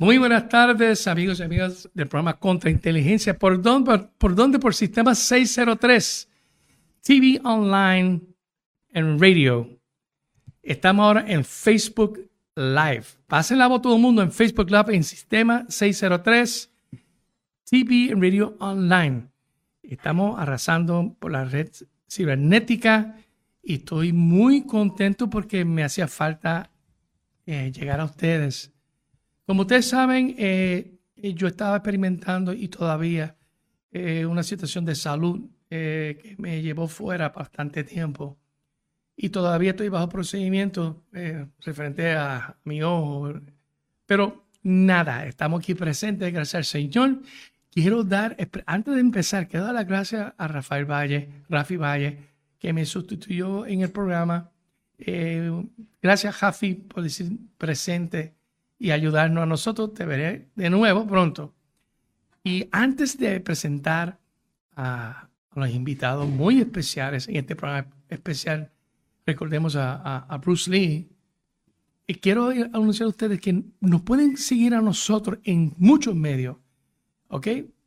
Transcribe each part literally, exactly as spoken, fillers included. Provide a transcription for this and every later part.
Muy buenas tardes, amigos y amigas del programa Contrainteligencia. ¿Por dónde? Por, por dónde? Por Sistema seiscientos tres, T V Online and Radio. Estamos ahora en Facebook Live. Pasen la voz todo el mundo en Facebook Live en Sistema seiscientos tres, T V and Radio Online. Estamos arrasando por la red cibernética y estoy muy contento porque me hacía falta eh, llegar a ustedes. Como ustedes saben, eh, yo estaba experimentando y todavía eh, una situación de salud eh, que me llevó fuera bastante tiempo. Y todavía estoy bajo procedimiento eh, referente a mi ojo. Pero nada, estamos aquí presentes, gracias al Señor. Quiero dar, antes de empezar, quiero dar las gracias a Rafael Valle, Rafi Valle, que me sustituyó en el programa. Eh, gracias, Jafi, por decir presente y ayudarnos a nosotros. Te veré de nuevo pronto. Y antes de presentar a, a los invitados muy especiales en este programa especial, recordemos a, a, a Bruce Lee, y quiero anunciar a ustedes que nos pueden seguir a nosotros en muchos medios. ¿Ok?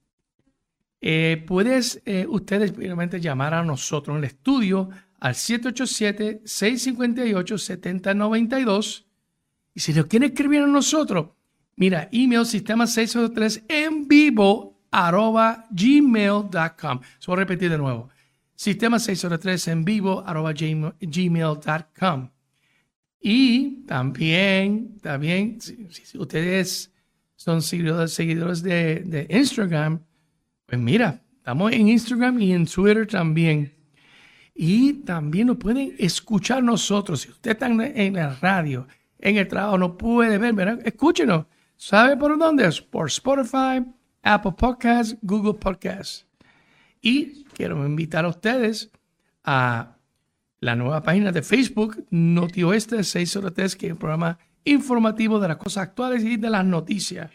Eh, puedes eh, ustedes primeramente llamar a nosotros en el estudio al siete ocho siete, seis cinco ocho, siete cero nueve dos. Y si nos quieren escribir a nosotros, mira, email sistema seiscientos tres en vivo arroba gmail punto com. Se voy a repetir de nuevo. Sistema seiscientos tres en vivo arroba gmail punto com. Y también, también, si, si ustedes son seguidores, seguidores de, de Instagram, pues mira, estamos en Instagram y en Twitter también. Y también nos pueden escuchar nosotros. Si ustedes están en la radio, en el trabajo, no puede ver, ¿verdad? Escúchenos. ¿Sabe por dónde? Por Spotify, Apple Podcasts, Google Podcasts. Y quiero invitar a ustedes a la nueva página de Facebook, NotiOeste seiscientos tres, que es un programa informativo de las cosas actuales y de las noticias.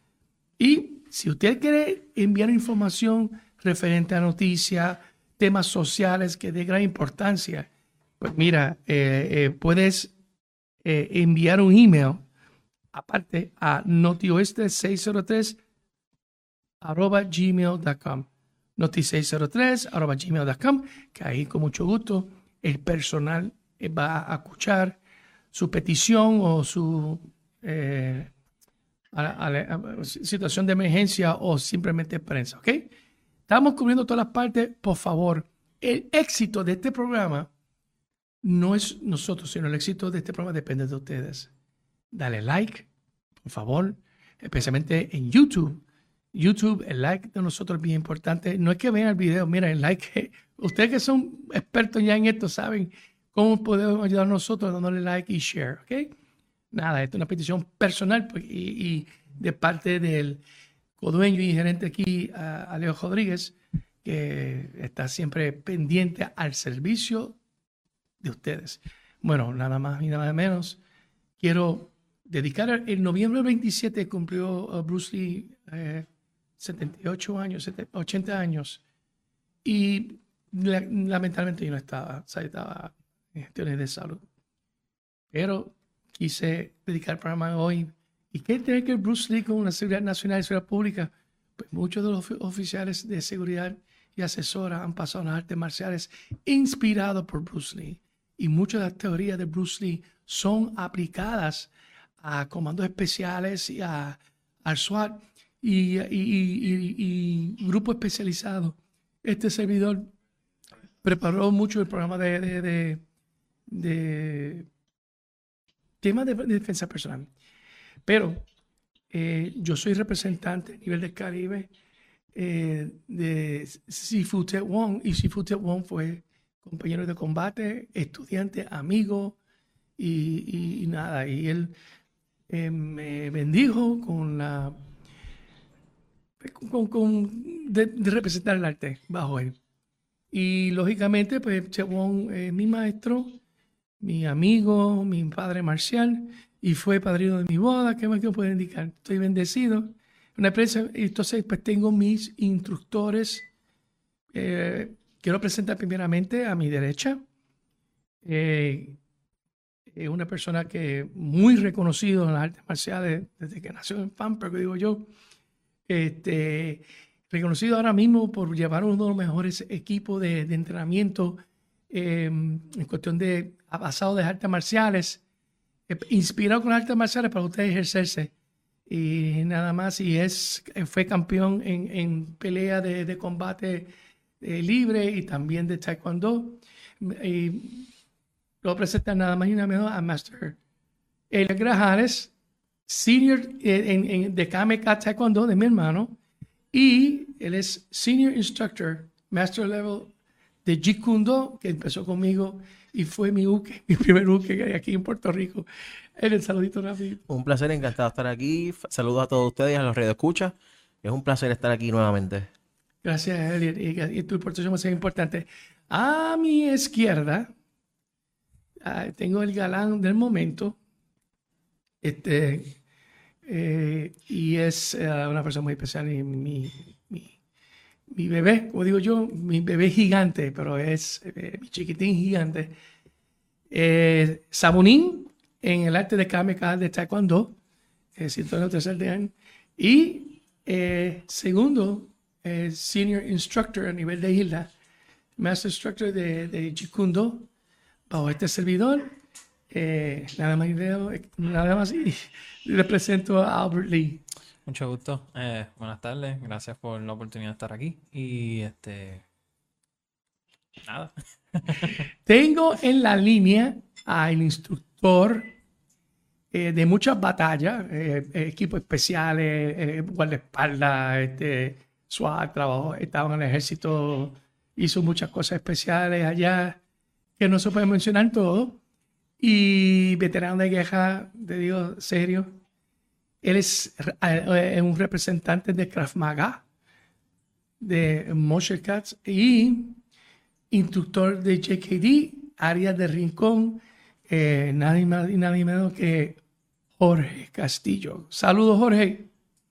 Y si usted quiere enviar información referente a noticias, temas sociales que de gran importancia, pues mira, eh, eh, puedes eh, enviar un email aparte a notioeste seiscientos tres arroba gmail punto com. noti seiscientos tres arroba gmail punto com, que ahí con mucho gusto el personal va a escuchar su petición o su eh, a, a, a, situación de emergencia o simplemente prensa, ¿ok? Estamos cubriendo todas las partes. Por favor, el éxito de este programa no es nosotros, sino el éxito de este programa depende de ustedes. Dale like, por favor, especialmente en YouTube. YouTube, el like de nosotros es bien importante. No es que vean el video, mira, el like. Ustedes que son expertos ya en esto saben cómo podemos ayudar a nosotros dándole like y share, ¿ok? Nada, esto es una petición personal pues, y, y de parte del codueño y gerente aquí, a, a Leo Rodríguez, que está siempre pendiente al servicio de ustedes. Bueno, nada más y nada menos. Quiero dedicar el noviembre veintisiete, cumplió uh, Bruce Lee eh, setenta y ocho años, setenta, ochenta años. Y la, lamentablemente yo no estaba, o sea, estaba en gestiones de salud. Pero quise dedicar el programa hoy. ¿Y qué tiene que ver Bruce Lee con la seguridad nacional y seguridad pública? Pues muchos de los oficiales de seguridad y asesoras han pasado a las artes marciales inspirados por Bruce Lee. Y muchas de las teorías de Bruce Lee son aplicadas a comandos especiales y a, al SWAT y, y, y, y, y grupos especializados. Este servidor preparó mucho el programa de, de, de, de temas de, de defensa personal. Pero eh, yo soy representante a nivel del Caribe eh, de Sifu Tet Wong, y Sifu Tet Wong fue compañero de combate, estudiante, amigo y, y, y nada. Y él eh, me bendijo con la con, con de, de representar el arte bajo él. Y lógicamente, pues Tet Wong es mi maestro, mi amigo, mi padre marcial, y fue padrino de mi boda. ¿Qué más que puedo indicar? Estoy bendecido. Una empresa, entonces, pues tengo mis instructores. Eh, quiero presentar primeramente a mi derecha. Eh, es una persona que muy reconocido en las artes marciales desde que nació en Pampa, que digo yo. Este, reconocido ahora mismo por llevar uno de los mejores equipos de, de entrenamiento eh, en cuestión de basado de artes marciales, eh, inspirado con las artes marciales para usted ejercerse. Y nada más, y es, fue campeón en, en pelea de, de combate eh, libre y también de taekwondo. Y lo presenta nada más y nada menos a Master Eliot Grajales, senior en, en, de K M K Taekwondo de mi hermano, y él es senior instructor, master level de Jeet Kune Do, que empezó conmigo y fue mi uke, mi primer uke que hay aquí en Puerto Rico. El saludito rápido. Un placer, encantado de estar aquí. Saludos a todos ustedes, a los radioescuchas. Es un placer estar aquí nuevamente. Gracias, Eliot, y, y tu aportación es importante. A mi izquierda uh, tengo el galán del momento, este, eh, y es uh, una persona muy especial, y mi, mi, mi bebé, como digo yo, mi bebé gigante, pero es eh, mi chiquitín gigante. Eh, Sabunín, en el arte de K M K de Taekwondo, eh, cinturón tercer dan, y eh, segundo, eh, Senior Instructor a nivel de isla, Master Instructor de, de Jeet Kune Do, bajo este servidor, eh, nada más y leo, nada más y le presento a Albert Lee. Mucho gusto, eh, buenas tardes, gracias por la oportunidad de estar aquí, y este, nada. Tengo en la línea al instructor eh, de muchas batallas, eh, equipos especiales, eh, guardaespaldas, este, SWAT, trabajó, estaba en el ejército, hizo muchas cosas especiales allá, que no se puede mencionar todo, y veterano de guerra, te digo, serio. Él es eh, un representante de Krav Maga, de Martial Arts, y instructor de J K D, área de Rincón, eh, nadie más y nadie menos que Jorge Castillo. Saludos, Jorge.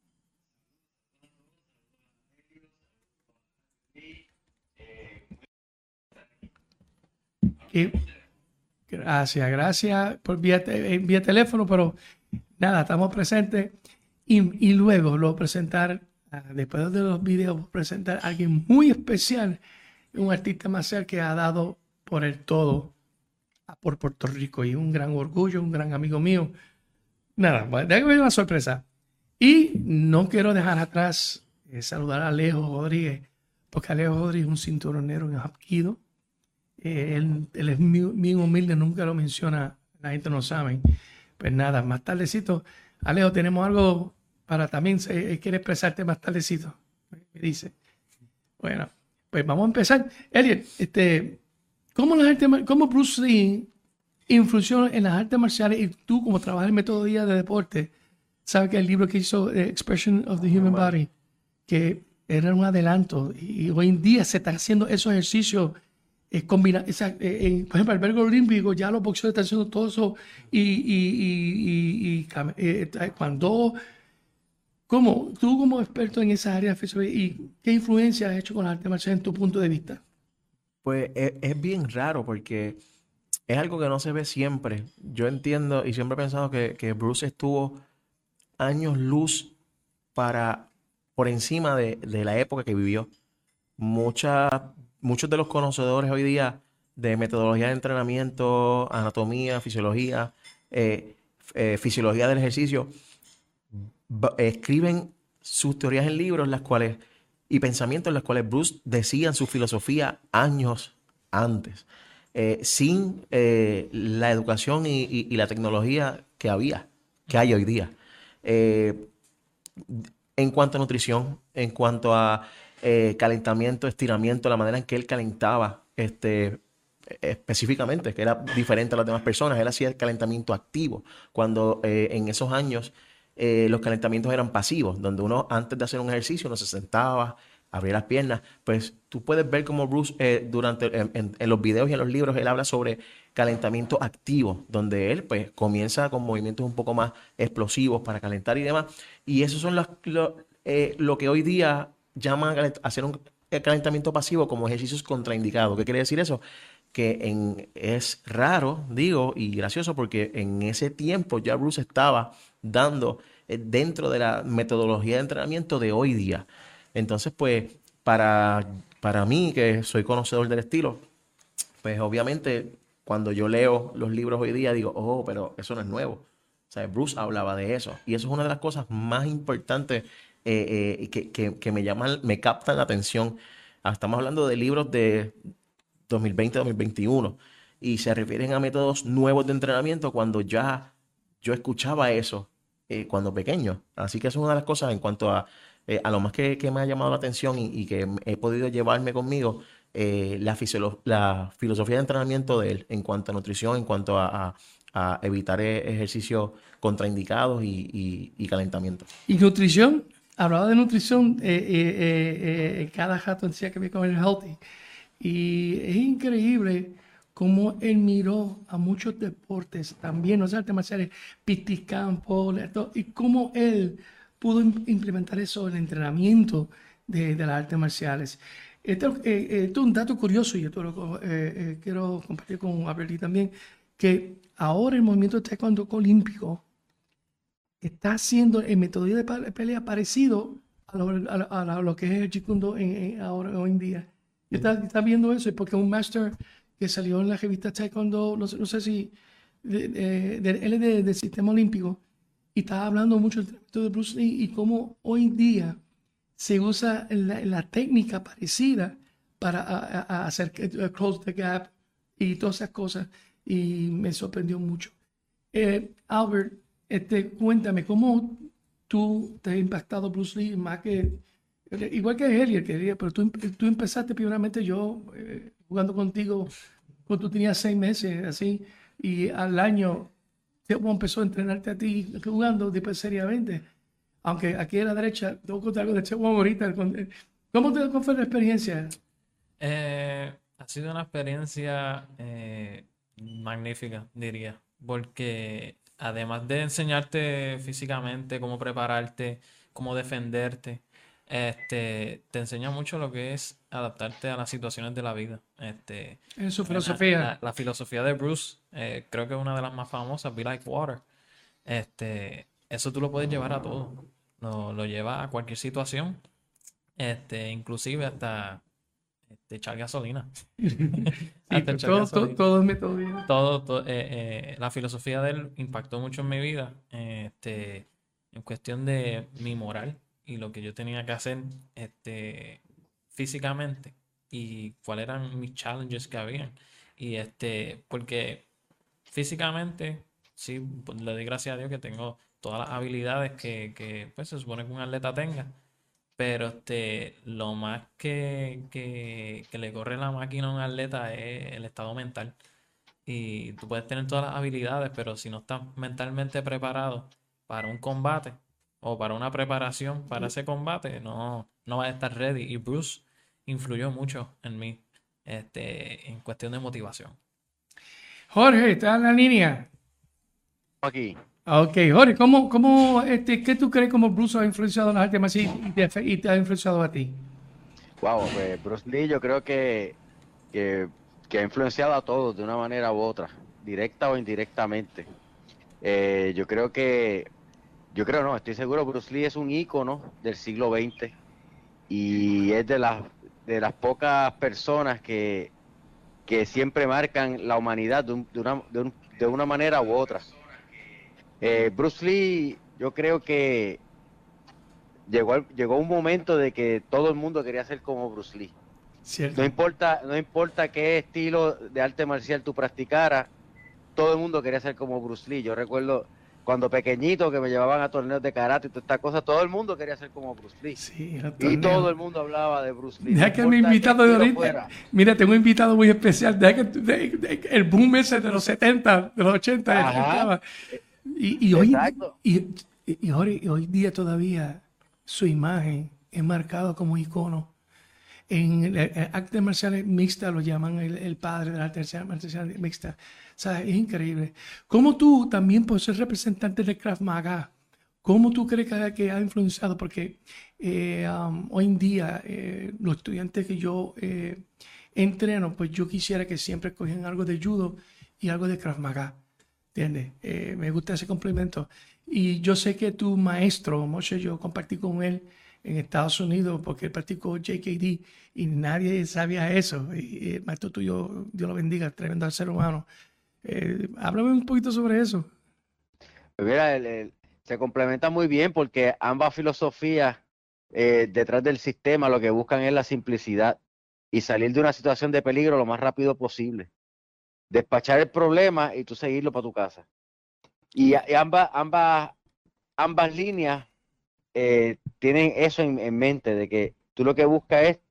Y gracias, gracias por vía, vía teléfono, pero nada, estamos presentes. Y, y luego lo presentar, después de los videos, presentar a alguien muy especial, un artista marcial que ha dado por el todo por Puerto Rico y un gran orgullo, un gran amigo mío. Nada, déjame ver una sorpresa. Y no quiero dejar atrás eh, saludar a Alejo Rodríguez, porque Alejo Rodríguez es un cinturonero en Hapkido. Eh, él, él es bien humilde, nunca lo menciona, la gente no sabe. Pues nada, más tardecito. Alejo, tenemos algo para también, eh, quiere expresarte más tardecito, me dice. Bueno, pues vamos a empezar. Eliot, este, ¿cómo, las artes, ¿cómo Bruce Lee influyó en las artes marciales? Y tú, como trabajas en metodología de deporte, sabes que el libro que hizo, eh, Expression of the Human Body, que era un adelanto, y, y hoy en día se están haciendo esos ejercicios, eh, combina, esa, eh, en, por ejemplo, el albergue olímpico, ya los boxeadores están haciendo todo eso, y, y, y, y, y eh, cuando... ¿Cómo? Tú como experto en esa área, ¿y qué influencia has hecho con las artes marciales en tu punto de vista? Pues es, es bien raro porque es algo que no se ve siempre. Yo entiendo y siempre he pensado que, que Bruce estuvo años luz para, por encima de, de la época que vivió. Mucha, muchos de los conocedores hoy día de metodología de entrenamiento, anatomía, fisiología, eh, eh, fisiología del ejercicio, escriben sus teorías en libros las cuales, y pensamientos en los cuales Bruce decía su filosofía años antes, eh, sin eh, la educación y, y, y la tecnología que había, que hay hoy día. Eh, en cuanto a nutrición, en cuanto a eh, calentamiento, estiramiento, la manera en que él calentaba este, específicamente, que era diferente a las demás personas, él hacía el calentamiento activo, cuando eh, en esos años Eh, los calentamientos eran pasivos, donde uno antes de hacer un ejercicio uno se sentaba, abría las piernas. Pues tú puedes ver cómo Bruce eh, durante en, en, en los videos y en los libros él habla sobre calentamiento activo, donde él pues comienza con movimientos un poco más explosivos para calentar y demás. Y eso son los, lo, eh, lo que hoy día llaman hacer un calentamiento pasivo como ejercicios contraindicados. ¿Qué quiere decir eso? que en, es raro, digo, y gracioso porque en ese tiempo ya Bruce estaba dando eh, dentro de la metodología de entrenamiento de hoy día. Entonces, pues, para, para mí, que soy conocedor del estilo, pues obviamente cuando yo leo los libros hoy día digo, oh, pero eso no es nuevo. O sea, Bruce hablaba de eso. Y eso es una de las cosas más importantes eh, eh, que, que, que me llaman, me captan la atención. Ah, estamos hablando de libros de dos mil veinte, dos mil veintiuno y se refieren a métodos nuevos de entrenamiento cuando ya yo escuchaba eso eh, cuando pequeño. Así que eso es una de las cosas en cuanto a, eh, a lo más que, que me ha llamado la atención y, y que he podido llevarme conmigo eh, la, fisiolo- la filosofía de entrenamiento de él en cuanto a nutrición, en cuanto a, a- a evitar eh, ejercicios contraindicados y, y- y calentamiento. Y nutrición, hablaba de nutrición, eh, eh, eh, eh, cada rato decía que me comer healthy. Y es increíble cómo él miró a muchos deportes, también los artes marciales, pisticampo, esto, y cómo él pudo im- implementar eso en el entrenamiento de, de las artes marciales. Esto, eh, eh, esto es un dato curioso y esto lo co- eh, eh, quiero compartir con Abreli también, que ahora el movimiento de taekwondo olímpico está haciendo el metodología de pa- pelea parecido a lo, a lo- a lo- a lo que es el Jeet Kune Do en, en- ahora, hoy en día. Yo estaba, estaba viendo eso porque un master que salió en la revista Taekwondo, no sé, no sé si, de, de- de- él es de- del sistema olímpico, y estaba hablando mucho del método de Bruce Lee y cómo hoy en día se usa la, la técnica parecida para a- a- a hacer que- uh, close the gap y todas esas cosas, y me sorprendió mucho. Eh, Albert, este, cuéntame, ¿cómo tú te ha impactado Bruce Lee más que, igual que Hellier, que, pero tú, tú empezaste primeramente yo eh, jugando contigo cuando tú tenías seis meses, así, y al año cómo empezó a entrenarte a ti jugando después seriamente. Aunque aquí a la derecha, tengo que contar algo de Che Wong ahorita. con- ¿Cómo te cómo fue la experiencia? Eh, ha sido una experiencia eh, magnífica, diría, porque además de enseñarte físicamente cómo prepararte, cómo defenderte, este, te enseña mucho lo que es adaptarte a las situaciones de la vida. Este, En su también la, filosofía. la- la filosofía de Bruce, eh, creo que es una de las más famosas, Be Like Water. Este, eso tú lo puedes llevar a todo, lo, lo llevas a cualquier situación, este, inclusive hasta este, echar gasolina. Sí, Hasta to- echar todo, todo, gasolina. todo es metodología. Todo, to- eh, eh, la filosofía de él impactó mucho en mi vida, eh, este, en cuestión de mi moral y lo que yo tenía que hacer este, físicamente y cuáles eran mis challenges que habían. Y este, porque físicamente, sí, pues, le doy gracias a Dios que tengo todas las habilidades que, que pues, se supone que un atleta tenga. Pero este, lo más que, que, que le corre la máquina a un atleta es el estado mental. Y tú puedes tener todas las habilidades, pero si no estás mentalmente preparado para un combate o para una preparación para ese combate, no, no vas a estar ready. Y Bruce influyó mucho en mí, este, en cuestión de motivación. Jorge, ¿estás en la línea? Aquí. Ok, Jorge, ¿cómo, cómo, este, ¿qué tú crees como Bruce ha influenciado en las artes marciales y te, y te ha influenciado a ti? Wow, pues Bruce Lee yo creo que, que, que ha influenciado a todos de una manera u otra, directa o indirectamente. Eh, yo creo que, yo creo no, estoy seguro, Bruce Lee es un ícono del siglo veinte y es de las, de las pocas personas que, que siempre marcan la humanidad de, un- de una, de, un- de una manera u otra. Eh, Bruce Lee, yo creo que llegó, al- llegó un momento de que todo el mundo quería ser como Bruce Lee. Cierto. No importa, no importa qué estilo de arte marcial tú practicaras, todo el mundo quería ser como Bruce Lee. Yo recuerdo cuando pequeñito que me llevaban a torneos de karate y toda esta cosa, todo el mundo quería ser como Bruce Lee. Sí, el Y torneo. todo el mundo hablaba de Bruce Lee. Deja no que mi importa qué invitado de estilo ahorita, fuera. mira, tengo un invitado muy especial, deja que, tú- de- de- el boom ese de los setenta, de los ochenta, él Ajá. estaba. Y, y hoy, Exacto. y, y- y hoy, y hoy día todavía su imagen es marcada como icono. En el, el arte marcial mixta lo llaman el, el padre del arte marcial mixta. O sea, es increíble. ¿Cómo tú también, por ser representante de Krav Maga, cómo tú crees que, que ha influenciado? Porque eh, um, hoy en día eh, los estudiantes que yo eh, entreno, pues yo quisiera que siempre cogieran algo de judo y algo de Krav Maga. ¿Entiendes? Eh, me gusta ese complemento. Y yo sé que tu maestro, Moshe, yo compartí con él en Estados Unidos porque él practicó J K D y nadie sabía eso. Y, y el maestro tuyo, Dios lo bendiga, tremendo ser humano. Eh, háblame un poquito sobre eso. Pues mira, el- el- se complementa muy bien porque ambas filosofías eh, detrás del sistema lo que buscan es la simplicidad y salir de una situación de peligro lo más rápido posible. Despachar el problema y tú seguirlo para tu casa. Y, a- y ambas, ambas, ambas líneas eh, tienen eso en, en mente, de que tú lo que buscas es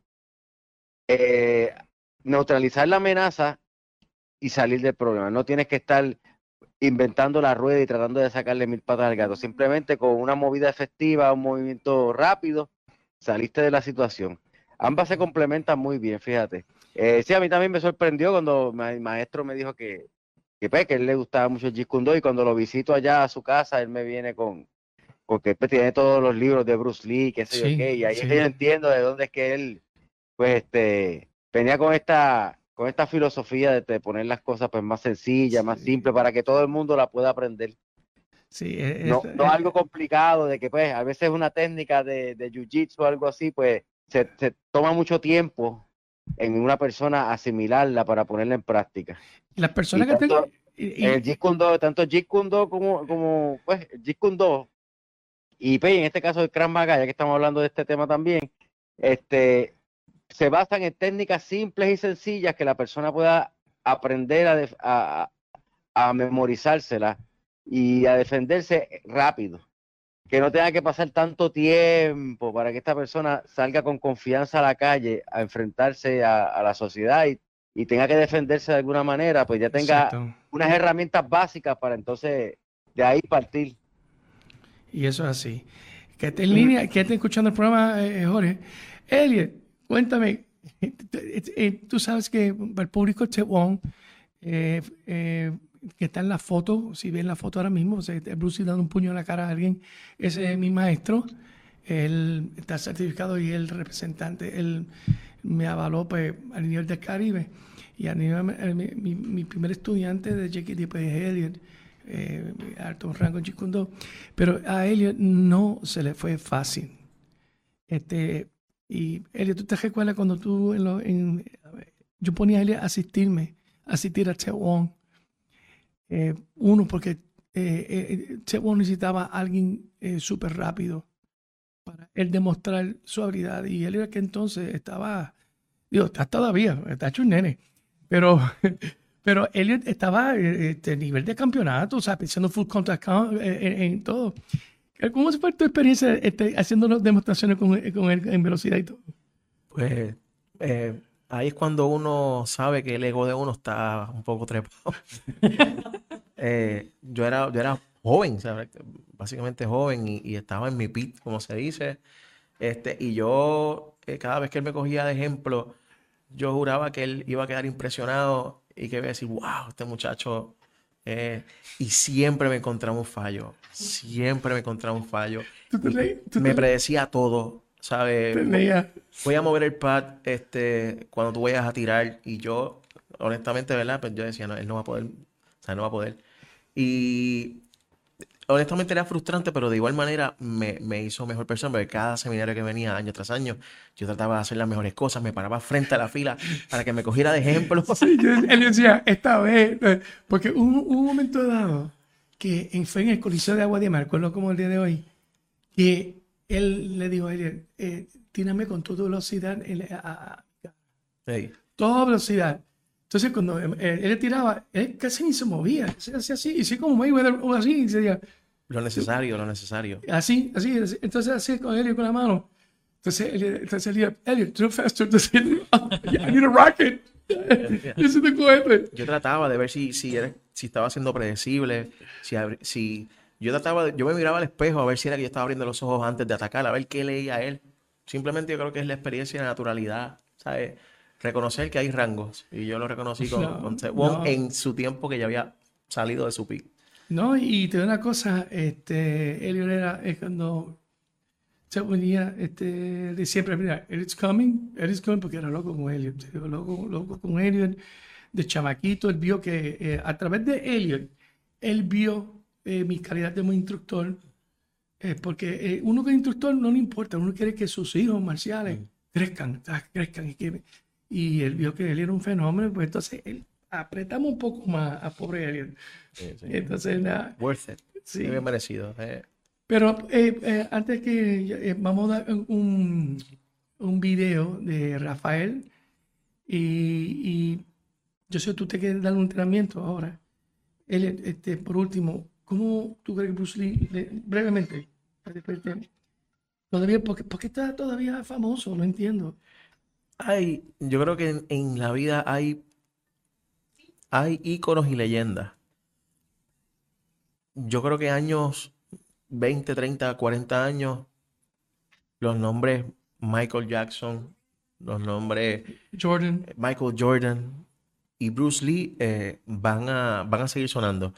eh, neutralizar la amenaza y salir del problema. No tienes que estar inventando la rueda y tratando de sacarle mil patas al gato. Simplemente con una movida efectiva, un movimiento rápido, saliste de la situación. Ambas se complementan muy bien, fíjate. Eh, sí, a mí también me sorprendió cuando ma- el maestro me dijo que, que, pues, que a él le gustaba mucho el Jeet Kune Do, y cuando lo visito allá a su casa, él me viene con, porque pues, tiene todos los libros de Bruce Lee, qué sé yo Sí, qué, y ahí es sí. que yo entiendo de dónde es que él, pues, este, venía con esta, con esta filosofía de, de poner las cosas pues más sencillas, más Sí. simples, para que todo el mundo la pueda aprender. Sí, es, No, es- no es- algo complicado de que pues a veces una técnica de, de jiu-jitsu o algo así, pues se, se toma mucho tiempo en una persona asimilarla para ponerla en práctica. las Y personas que tanto te... y- el y- Jeet Kune Do, tanto el Jeet Kune Do como, como pues el Jeet Kune Do y pues, en este caso el Krav Maga, ya que estamos hablando de este tema también, este, se basan en técnicas simples y sencillas que la persona pueda aprender a, def- a, a a memorizársela y a defenderse rápido. Que no tenga que pasar tanto tiempo para que esta persona salga con confianza a la calle a enfrentarse a, a la sociedad y, y tenga que defenderse de alguna manera, pues ya tenga Exacto. unas herramientas básicas para entonces de ahí partir. Y eso es así. Que esté en línea, que esté escuchando el programa, eh, Jorge. Elliot, cuéntame. eh, eh, Tú sabes que el público Taiwán, eh, eh, que está en la foto, si ven la foto ahora mismo, o sea, Bruce Lee dando un puño en la cara a alguien, ese es mi maestro. Él está certificado y el representante, él me avaló pues, a nivel del Caribe. Y a nivel, eh, mi, mi, mi primer estudiante de J K D pues, es Elliot, eh, alto rango en Jeet Kune Do. Pero a Elliot no se le fue fácil. Este, y Elliot, ¿tú te recuerdas cuando tú, en lo, en, yo ponía a Elliot a asistirme, a asistir a Taiwán? Eh, uno, porque eh, eh, Taiwán necesitaba a alguien eh, súper rápido para él demostrar su habilidad. Y él era que entonces estaba, digo, está todavía, está hecho un nene, pero, pero él estaba eh, este nivel de campeonato, o sea, pensando full contact count, eh, en, en todo. ¿Cómo fue tu experiencia este, haciendo las demostraciones con, con él en velocidad y todo? Pues eh, ahí es cuando uno sabe que el ego de uno está un poco trepado. Eh, yo era, yo era joven, ¿sabes? Básicamente joven y, y estaba en mi pit, como se dice. Este, y yo, eh, cada vez que él me cogía de ejemplo, yo juraba que él iba a quedar impresionado y que iba a decir, wow, este muchacho. eh", y siempre me encontraba un fallo, siempre me encontraba un fallo. ¿Tú te Y leí- tú me te- predecía todo, ¿sabes? te leía? Voy a mover el pad este, cuando tú vayas a tirar. Y yo, honestamente, ¿verdad? Pues yo decía, no, él no va a poder, o sea, no va a poder. Y honestamente era frustrante, pero de igual manera me, me hizo mejor persona, porque cada seminario que venía año tras año, yo trataba de hacer las mejores cosas, me paraba frente a la fila para que me cogiera de ejemplo. Sí, yo, él decía, esta vez, eh, porque hubo, hubo un momento dado que en, fue en el Coliseo de Agua de Mar, recuerdo como el día de hoy, que él le dijo a él, eh, tírame con tu velocidad, en- a, a- a- Sí. toda velocidad. Entonces cuando eh, él, le tiraba, él casi ni se movía, se hacía así, y así como Mayweather, o así, y se decía, Lo necesario, lo necesario. así, así, así. Entonces así con él y con la mano. Entonces él, entonces él decía, Elliot, too faster. Entonces él, oh, yeah, I need a rocket. Ese te cohete. Yo trataba de ver si, si, era, si estaba siendo predecible, si, abri- si yo trataba, de- yo me miraba al espejo a ver si era que yo estaba abriendo los ojos antes de atacar, a ver qué leía él. Simplemente yo creo que es la experiencia y la naturalidad, ¿sabes? Reconocer que hay rangos. Y yo lo reconocí con, No, con Taiwán no. en su tiempo que ya había salido de su pick. No, y te digo una cosa, este, Elliot era, es cuando se ponía este, de siempre, mira, it's coming, it's coming, porque era loco con Elliot, loco, loco con Elliot, de chamaquito, él vio que eh, a través de Elliot, él vio eh, mi calidad de instructor, eh, porque eh, uno que es instructor no le importa, uno quiere que sus hijos marciales mm. crezcan, crezcan, y, que, y él vio que él era un fenómeno, pues entonces él, apretamos un poco más a pobre Elliot. Sí, sí. Entonces, nada. Worth it. Sí. Muy bien merecido. Eh. Pero eh, eh, antes que eh, vamos a dar un, un video de Rafael y, y yo sé que tú te quieres dar un entrenamiento ahora. Él, este, por último, ¿cómo tú crees que Bruce Lee, le, brevemente, todavía, ¿por qué, por qué está todavía famoso? No entiendo. Hay, yo creo que en, en la vida hay, hay íconos y leyendas. Yo creo que años veinte, treinta, cuarenta años, los nombres Michael Jackson, los nombres Jordan, Michael Jordan y Bruce Lee eh, van, a, van a seguir sonando.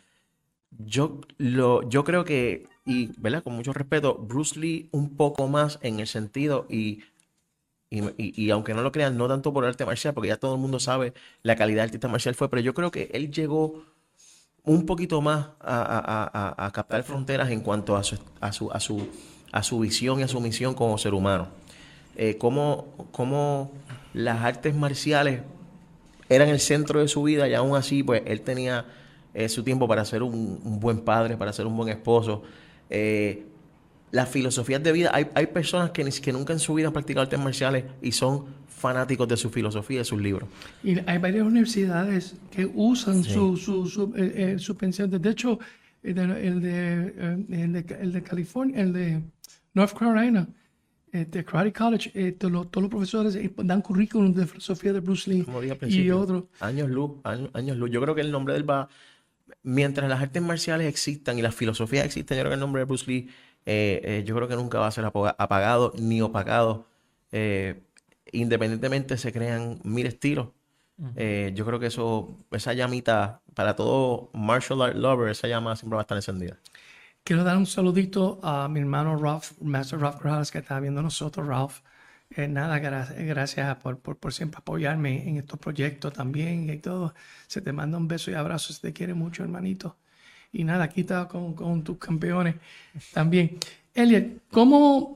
Yo, lo, yo creo que, y ¿verdad? Con mucho respeto, Bruce Lee un poco más en el sentido, y, y, y, y aunque no lo crean, no tanto por el arte marcial, porque ya todo el mundo sabe la calidad del artista marcial fue, pero yo creo que él llegó un poquito más a, a, a, a captar fronteras en cuanto a su, a, su, a, su, a su visión y a su misión como ser humano. Eh, cómo, cómo las artes marciales eran el centro de su vida y aún así pues él tenía eh, su tiempo para ser un, un buen padre, para ser un buen esposo. Eh, las filosofías de vida, hay, hay personas que, ni, que nunca en su vida han practicado artes marciales y son fanáticos de su filosofía y de sus libros. Y hay varias universidades que usan sí. su, su, su, eh, eh, su pensión. De hecho, el de, el, de, el, de, el de California, el de North Carolina, eh, de Karate College, eh, todos, los, todos los profesores dan currículum de filosofía de Bruce Lee y otros. Años luz, años, años luz. Yo creo que el nombre de él va... Mientras las artes marciales existan y las filosofías existen, yo creo que el nombre de Bruce Lee, eh, eh, yo creo que nunca va a ser apagado ni opacado. Eh, Independientemente se crean mil estilos. Uh-huh. Eh, yo creo que eso, esa llamita, para todo martial art lover, esa llama siempre va a estar encendida. Quiero dar un saludito a mi hermano Ralph, Master Ralph Corrales, que está viendo nosotros, Ralph. Eh, nada, gra- gracias por, por, por siempre apoyarme en estos proyectos también y todo. Se te manda un beso y abrazo, se te quiere mucho, hermanito. Y nada, aquí está con, con tus campeones también. Elliot, ¿cómo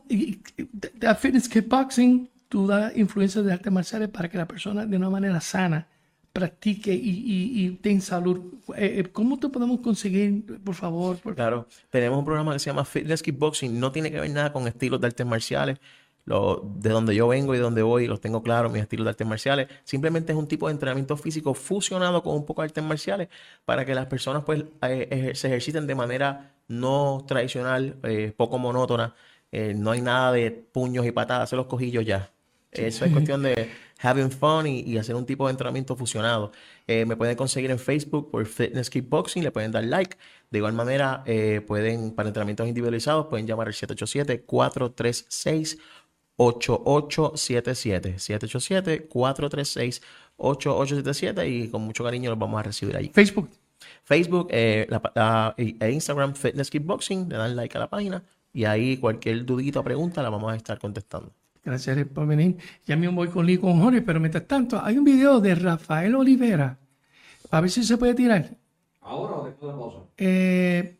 la fitness kickboxing tú das influencias de artes marciales para que la persona de una manera sana practique y, y, y tenga salud? Eh, ¿Cómo te podemos conseguir, por favor? Por... Claro, tenemos un programa que se llama Fitness Kickboxing. No tiene que ver nada con estilos de artes marciales. Lo, de donde yo vengo y de donde voy, los tengo claros, mis estilos de artes marciales. Simplemente es un tipo de entrenamiento físico fusionado con un poco de artes marciales para que las personas pues eh, se ejerciten de manera no tradicional, eh, poco monótona. Eh, no hay nada de puños y patadas, hacer los cojillos ya. Eso es cuestión de having fun y, y hacer un tipo de entrenamiento fusionado. Eh, me pueden conseguir en Facebook por Fitness Kickboxing, le pueden dar like. De igual manera, eh, pueden, para entrenamientos individualizados, pueden llamar al siete ocho siete, cuatro tres seis, ocho ocho siete siete. siete ocho siete, cuatro tres seis, ocho ocho siete siete y con mucho cariño los vamos a recibir allí. Facebook. Facebook eh, la, la, e Instagram Fitness Kickboxing, le dan like a la página y ahí cualquier dudita o pregunta la vamos a estar contestando. Gracias por venir. Ya mismo voy con Lee con Jorge, pero mientras tanto, hay un video de Rafael Olivera. A ver si se puede tirar. ¿Ahora o después de la pausa? Eh,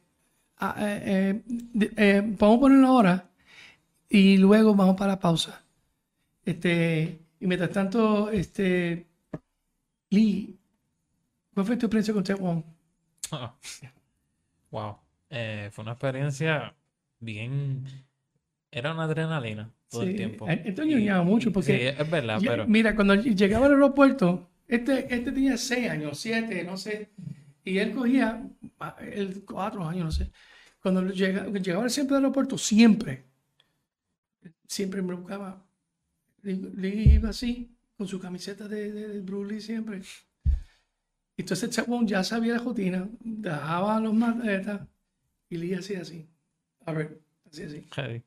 eh, eh, eh, vamos a ponerlo ahora y luego vamos para la pausa. Este, y mientras tanto, este, Lee, ¿cuál fue tu experiencia con Ted Wong? Oh. Wow. Eh, fue una experiencia bien... Era una adrenalina todo sí, el tiempo. Esto ñoñaba mucho porque... Sí, es verdad, ya, pero... Mira, cuando llegaba al aeropuerto, este, este tenía seis años, siete, no sé, y él cogía el cuatro años, no sé. Cuando llegaba, llegaba siempre al aeropuerto, siempre, siempre me buscaba. Le iba así, con su camiseta de, de, de Bruce Lee siempre. Entonces Chabón ya sabía la rutina, dejaba los maletas y Lee hacía así. A ver, hacía así. Hey.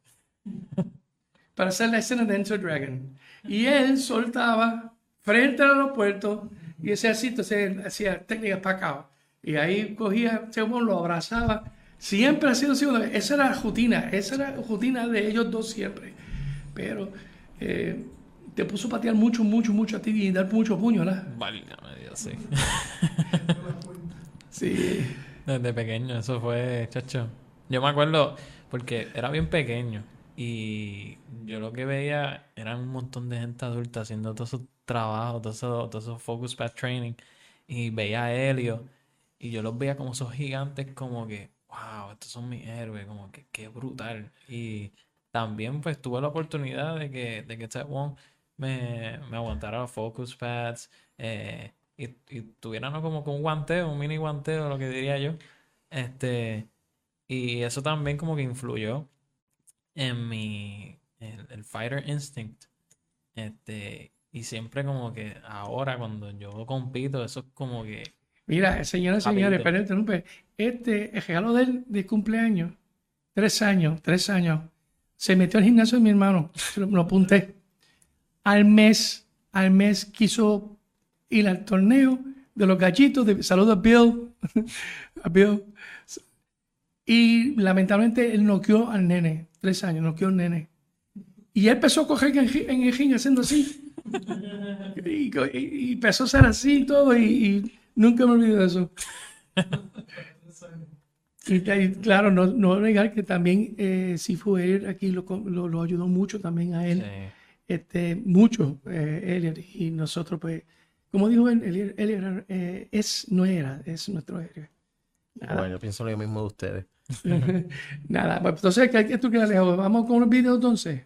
Para hacer la escena de Enter Dragon. Y él soltaba frente al aeropuerto y ese así, entonces hacía técnicas para acá. Y ahí cogía, Chabón lo abrazaba Siempre ha sido así. Esa era la rutina, esa era la rutina de ellos dos siempre. Pero eh, te puso a patear mucho, mucho, mucho a ti y dar mucho puño, ¿verdad? Válgame Dios, sí. Sí. Desde pequeño, eso fue, chacho. Yo me acuerdo, porque era bien pequeño y yo lo que veía eran un montón de gente adulta haciendo todos esos trabajos, todos esos, todos esos focus path training, y veía a Helio y yo los veía como esos gigantes, como que, wow, estos son mis héroes, como que qué brutal. Y también pues tuve la oportunidad de que, de que Ted Wong me, me aguantara los focus paths, eh, y, y tuvieran como que un guanteo, un mini guanteo, lo que diría yo. Este, y eso también como que influyó en mi, el, el fighter instinct. Este, y siempre como que ahora cuando yo compito, eso es como que Mira, señoras y señores, rapidito. perdón, interrumpe. Este, el regalo de él de cumpleaños, tres años, tres años, se metió al gimnasio de mi hermano, se lo, lo apunté. Al mes, al mes quiso ir al torneo de los gallitos, de, saludos a Bill, a Bill. Y lamentablemente él noqueó al nene, tres años, noqueó al nene. Y él empezó a coger en, en el ring haciendo así. Y, y, y empezó a ser así y todo, y, y nunca me olvido de eso. Y, y claro, no, no negar que también eh, Sifu él aquí lo, lo, lo ayudó mucho también a él. Sí. Este, mucho, eh, Elliot, y nosotros, pues, como dijo él, Elliot, Elliot, eh, es, no era, es nuestro héroe. Bueno, yo pienso lo mismo de ustedes. Nada, pues, entonces, ¿qué, qué tú quieres, Alejo? Vamos con el video entonces.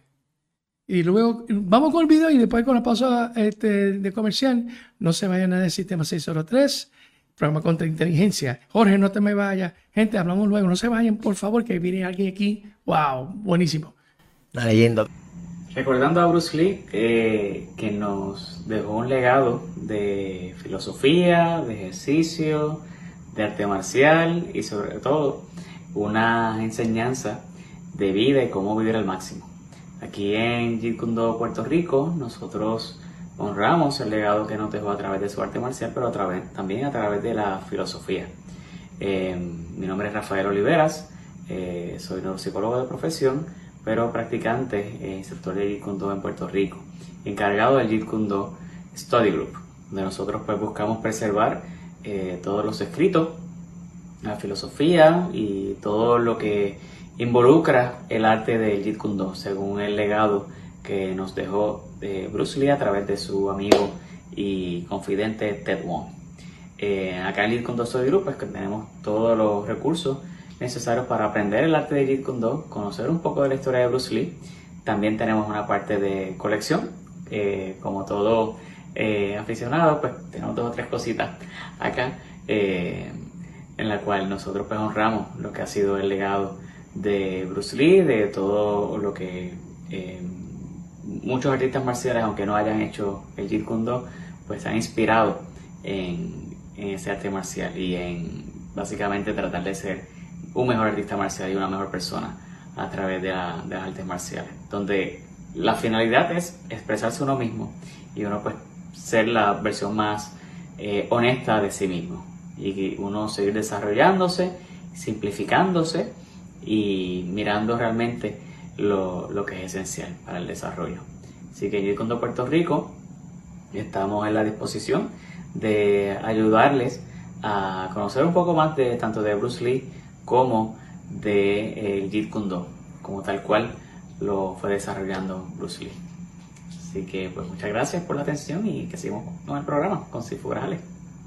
Y luego, vamos con el video y después con la pausa este, de comercial. No se vayan del sistema seis cero tres, programa contra inteligencia. Jorge, no te me vayas. Gente, hablamos luego. No se vayan, por favor, que viene alguien aquí. ¡Wow! Buenísimo. Una leyenda. Recordando a Bruce Lee, eh, que nos dejó un legado de filosofía, de ejercicio, de arte marcial y sobre todo una enseñanza de vida y cómo vivir al máximo. Aquí en Jeet Kune Do, Puerto Rico, nosotros honramos el legado que nos dejó a través de su arte marcial, pero a través, también a través de la filosofía. Eh, mi nombre es Rafael Oliveras, eh, soy neuropsicólogo de profesión, pero practicante e instructor de Jeet Kune Do en Puerto Rico, encargado del Jeet Kune Do Study Group, donde nosotros pues buscamos preservar eh, todos los escritos, la filosofía y todo lo que involucra el arte del Jeet Kune Do, según el legado que nos dejó eh, Bruce Lee a través de su amigo y confidente Ted Wong. Eh, acá en Jeet Kune Do Study Group pues, que tenemos todos los recursos necesarios para aprender el arte de Jeet Kune Do, conocer un poco de la historia de Bruce Lee. También tenemos una parte de colección, eh, como todo eh, aficionado, pues tenemos dos o tres cositas acá, eh, en la cual nosotros pues honramos lo que ha sido el legado de Bruce Lee, de todo lo que eh, muchos artistas marciales, aunque no hayan hecho el Jeet Kune Do, pues se han inspirado en, en ese arte marcial y en básicamente tratar de ser un mejor artista marcial y una mejor persona a través de, la, de las artes marciales, donde la finalidad es expresarse uno mismo y uno pues ser la versión más eh, honesta de sí mismo y uno seguir desarrollándose, simplificándose y mirando realmente lo, lo que es esencial para el desarrollo. Así que Jeet Kune Do Puerto Rico estamos en la disposición de ayudarles a conocer un poco más de tanto de Bruce Lee como de eh, Jeet Kune Do, como tal cual lo fue desarrollando Bruce Lee. Así que pues muchas gracias por la atención y que sigamos con el programa con Sifu Grajales.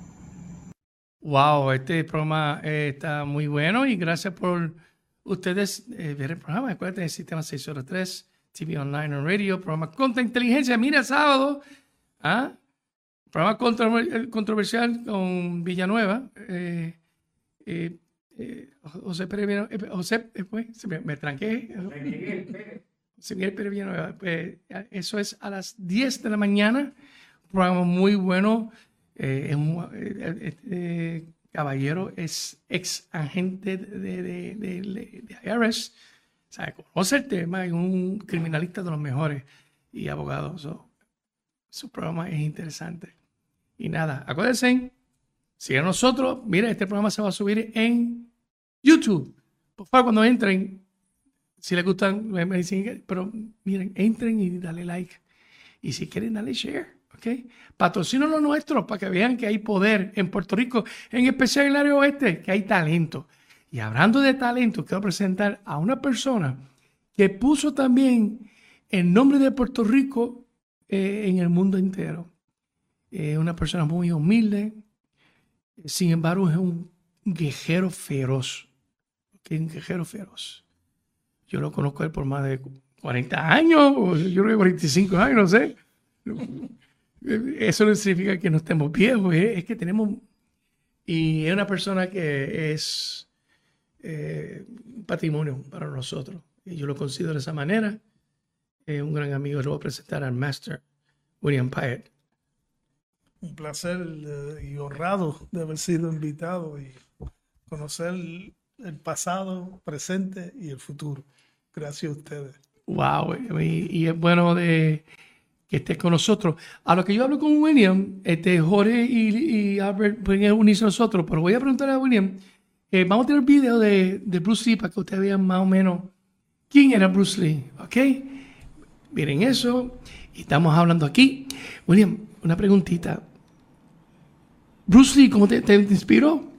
Wow, este programa eh, está muy bueno y gracias por ustedes eh, ver el programa. Acuérdense del sistema seis cero tres, T V Online and Radio, programa contra inteligencia. Mira, sábado, ¿ah? Programa contra, controversial con Villanueva. Eh, eh, eh, José Pérez Villanueva, eh, José, eh, pues, se me, me tranqué. José Miguel Pérez Villanueva. Eh, eso es a las diez de la mañana. Un programa muy bueno. Eh, es un, eh, este caballero es ex agente de, de, de, de, de I R S. O sea, conoce el tema, es un criminalista de los mejores y abogado. So, su programa es interesante. Y nada, acuérdense, sigan nosotros. Mira, este programa se va a subir en YouTube. por favor, cuando entren, si les gustan, me dicen, pero miren, entren y dale like. Y si quieren, dale share. ¿Ok? Patrocinen lo nuestro para que vean que hay poder en Puerto Rico, en especial en el área oeste, que hay talento. Y hablando de talento, quiero presentar a una persona que puso también el nombre de Puerto Rico eh, en el mundo entero. Es eh, una persona muy humilde, sin embargo, es un guerrero feroz. ¿Okay? Un guerrero feroz. Yo lo conozco a él por más de cuarenta años, o yo creo que cuarenta y cinco años, no sé. Eso no significa que no estemos viejos, es que tenemos... Y es una persona que es eh, un patrimonio para nosotros. Y yo lo considero de esa manera. Es un gran amigo. Lo voy a presentar al Master William Pyatt. Un placer eh, y honrado de haber sido invitado y conocer el, el pasado, presente y el futuro. Gracias a ustedes. Wow, y, y es bueno de... que estés con nosotros. A lo que yo hablo con William, este, Jorge y, y Albert pueden unirse a nosotros, pero voy a preguntar a William, eh, vamos a tener un video de, de Bruce Lee para que ustedes vean más o menos quién era Bruce Lee, ¿ok? Miren eso, y estamos hablando aquí. William, una preguntita. Bruce Lee, ¿cómo te, te inspiró?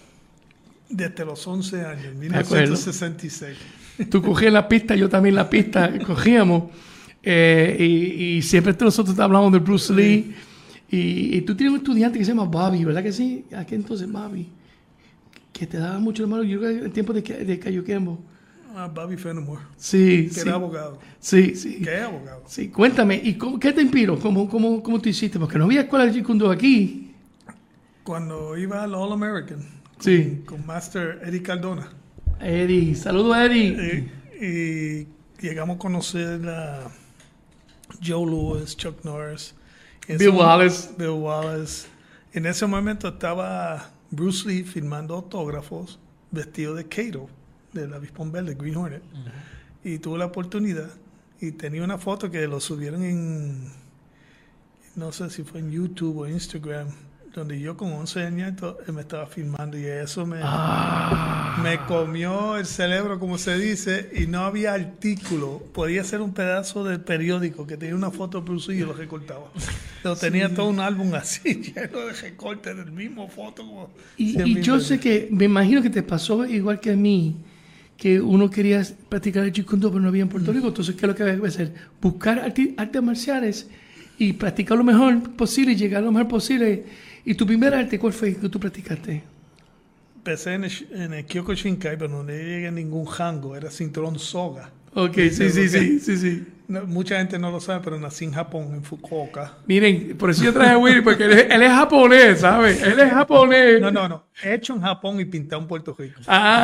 Desde los once años, mil novecientos sesenta y seis. Tú cogías la pista, yo también la pista cogíamos. Eh, y, y siempre nosotros hablamos de Bruce Lee. Y, y tú tienes un estudiante que se llama Bobby, ¿verdad que sí? Aquí entonces Bobby, que te daba mucho hermano. Yo creo que en el tiempo de, de Cayo Quembo. Ah, Bobby Fenimore. Sí, que sí. era abogado. Sí, sí. Que es abogado. Sí, cuéntame, ¿y cómo, qué te inspiró? ¿Cómo, cómo, cómo tú hiciste? Porque no había escuela de Jeet Kune Do aquí. Cuando iba al All American. Sí. Con, con Master Eddie Cardona. Eddie, saludos a Eddie. Y, y llegamos a conocer a Joe Louis, Chuck Norris. Bill Wallace. Bill Wallace. En ese momento estaba Bruce Lee firmando autógrafos vestido de Kato, del Avispón Verde, Green Hornet. Uh-huh. Y tuve la oportunidad y tenía una foto que lo subieron en, no sé si fue en YouTube o Instagram, donde yo con once años me estaba filmando y eso me, ah. me comió el cerebro, como se dice, y no había artículo. Podía ser un pedazo del periódico que tenía una foto de Bruce Lee y yo lo recortaba. Pero tenía sí. todo un álbum así, lleno de recortes del mismo foto. Como y y yo sé que, me imagino que te pasó igual que a mí, que uno quería practicar el Jeet Kune Do, pero no había en Puerto Rico. Entonces, ¿qué es lo que había que hacer? Buscar arti- artes marciales y practicar lo mejor posible y llegar lo mejor posible. ¿Y tu primer arte cuál fue que tú practicaste? Empecé en el, en el Kyokushinkai, pero no llegué a ningún hango, era cinturón soga. Ok, sí, sí, sí, sí, sí. No, mucha gente no lo sabe, pero nací en Japón, en Fukuoka. Miren, por eso yo traje a Willy, porque él es, él es japonés, ¿sabes? Él es japonés. No, no, no. Hecho en Japón y pintado en Puerto Rico.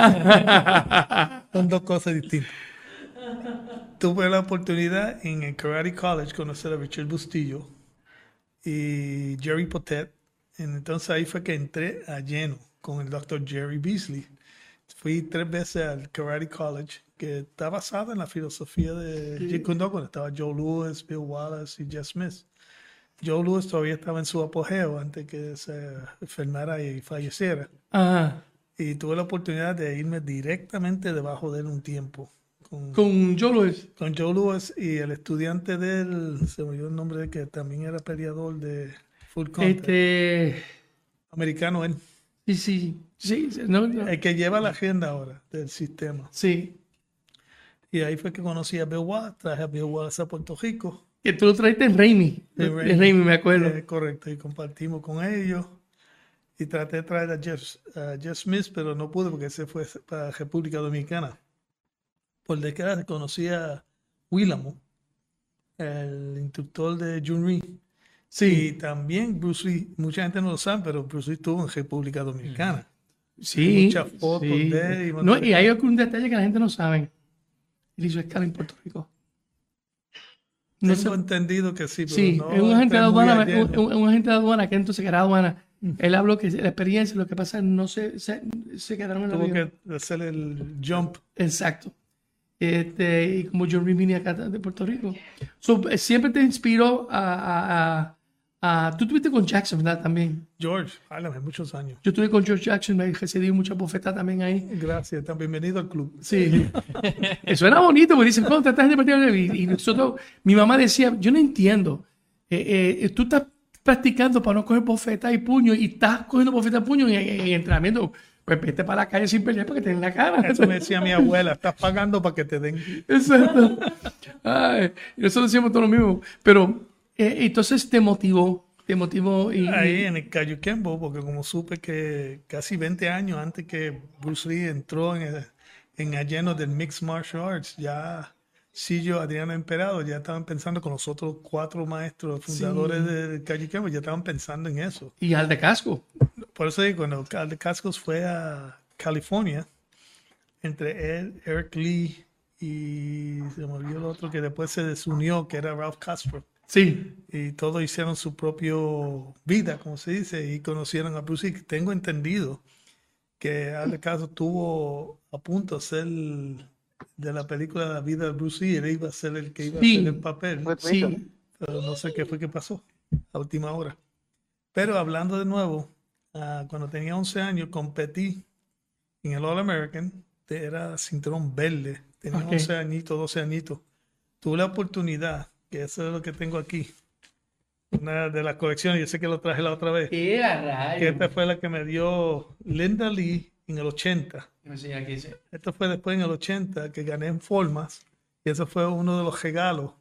Ah. Son dos cosas distintas. Tuve la oportunidad en el Karate College conocer a Richard Bustillo y Jerry Potet. Entonces ahí fue que entré a lleno con el doctor Jerry Beasley. Fui tres veces al Karate College, que está basado en la filosofía de sí. Jeet Kune Do, cuando estaba Joe Louis, Bill Wallace y Jeff Smith. Joe Louis todavía estaba en su apogeo antes que se enfermara y falleciera. Ajá. Y tuve la oportunidad de irme directamente debajo de él un tiempo. Con, ¿Con Joe Louis? Con Joe Louis y el estudiante de él, se me olvidó el nombre de él, que también era peleador de Full Contact. Este... Americano él. Sí, sí. sí, sí no, no. El que lleva la agenda ahora del sistema. Sí. Y ahí fue que conocí a Bill Wallace, traje a Bill Wallace a Puerto Rico. Que tú lo traiste en Raimi. En Raimi, Raimi me acuerdo. Eh, correcto, y compartimos con ellos. Y traté de traer a Jeff, a Jeff Smith, pero no pude porque se fue para República Dominicana. Por desgracia conocí a Willamo, el instructor de Jun-Ri. Sí, y también Bruce Lee, mucha gente no lo sabe, pero Bruce Lee estuvo en República Dominicana. Sí. Hay muchas fotos sí. de él. Y, no, y hay algún detalle que la gente no sabe. Él hizo escala en Puerto Rico. No Tengo sé. entendido que sí, pero sí, no es un agente de aduana, un, un, un agente de aduana que entonces que era aduana. Mm. Él habló que la experiencia, lo que pasa, no se, se, se quedaron en la Tuvo que hacer el jump. Exacto. Este, y como yo vine acá de Puerto Rico. So, siempre te inspiró a, a, Ah, tú estuviste con Jackson, ¿verdad? También. George, háblame, muchos años. Yo estuve con George Jackson, me recibí mucha bofetada también ahí. Gracias, tan bienvenido al club. Sí. Suena bonito, porque dicen, ¿cómo trataste de partir? Y, y nosotros, mi mamá decía, yo no entiendo. Eh, eh, tú estás practicando para no coger bofetas y puño y estás cogiendo bofetas y puño en, en, en entrenamiento. Pues vete para la calle sin pelear porque te den la cara. Eso me decía mi abuela, estás pagando para que te den. Exacto. Ay, nosotros decíamos todo lo mismo. Pero eh, entonces te motivó, te motivó. Y, Ahí en el Cayuquembo, porque como supe que casi veinte años antes que Bruce Lee entró en el, en el lleno del Mixed Martial Arts, ya Sillo, Adriano Emperado, ya estaban pensando con los otros cuatro maestros fundadores Sí. del Cayuquembo, ya estaban pensando en eso. y al de casco. Por eso digo, cuando Alde Cascos fue a California, entre él, Eric Lee y se me olvidó el otro que después se desunió, que era Ralph Castro. Sí. Y todos hicieron su propia vida, como se dice, y conocieron a Bruce Lee. Tengo entendido que Alde Cascos estuvo a punto de ser de la película La vida de Bruce Lee, él iba a ser el que iba Sí. a hacer el papel. Fue Sí. Twitter. Pero no sé qué fue que pasó a última hora. Pero hablando de nuevo, ah, cuando tenía once años competí en el All American, te- era cinturón verde, tenía Ok. once añitos, doce añitos. Tuve la oportunidad, que eso es lo que tengo aquí, una de las colecciones, yo sé que lo traje la otra vez, ¡Qué a que rayos! esta fue la que me dio Linda Lee en el ochenta. Me enseña aquí, dice. Esto fue después en el ochenta que gané en formas y eso fue uno de los regalos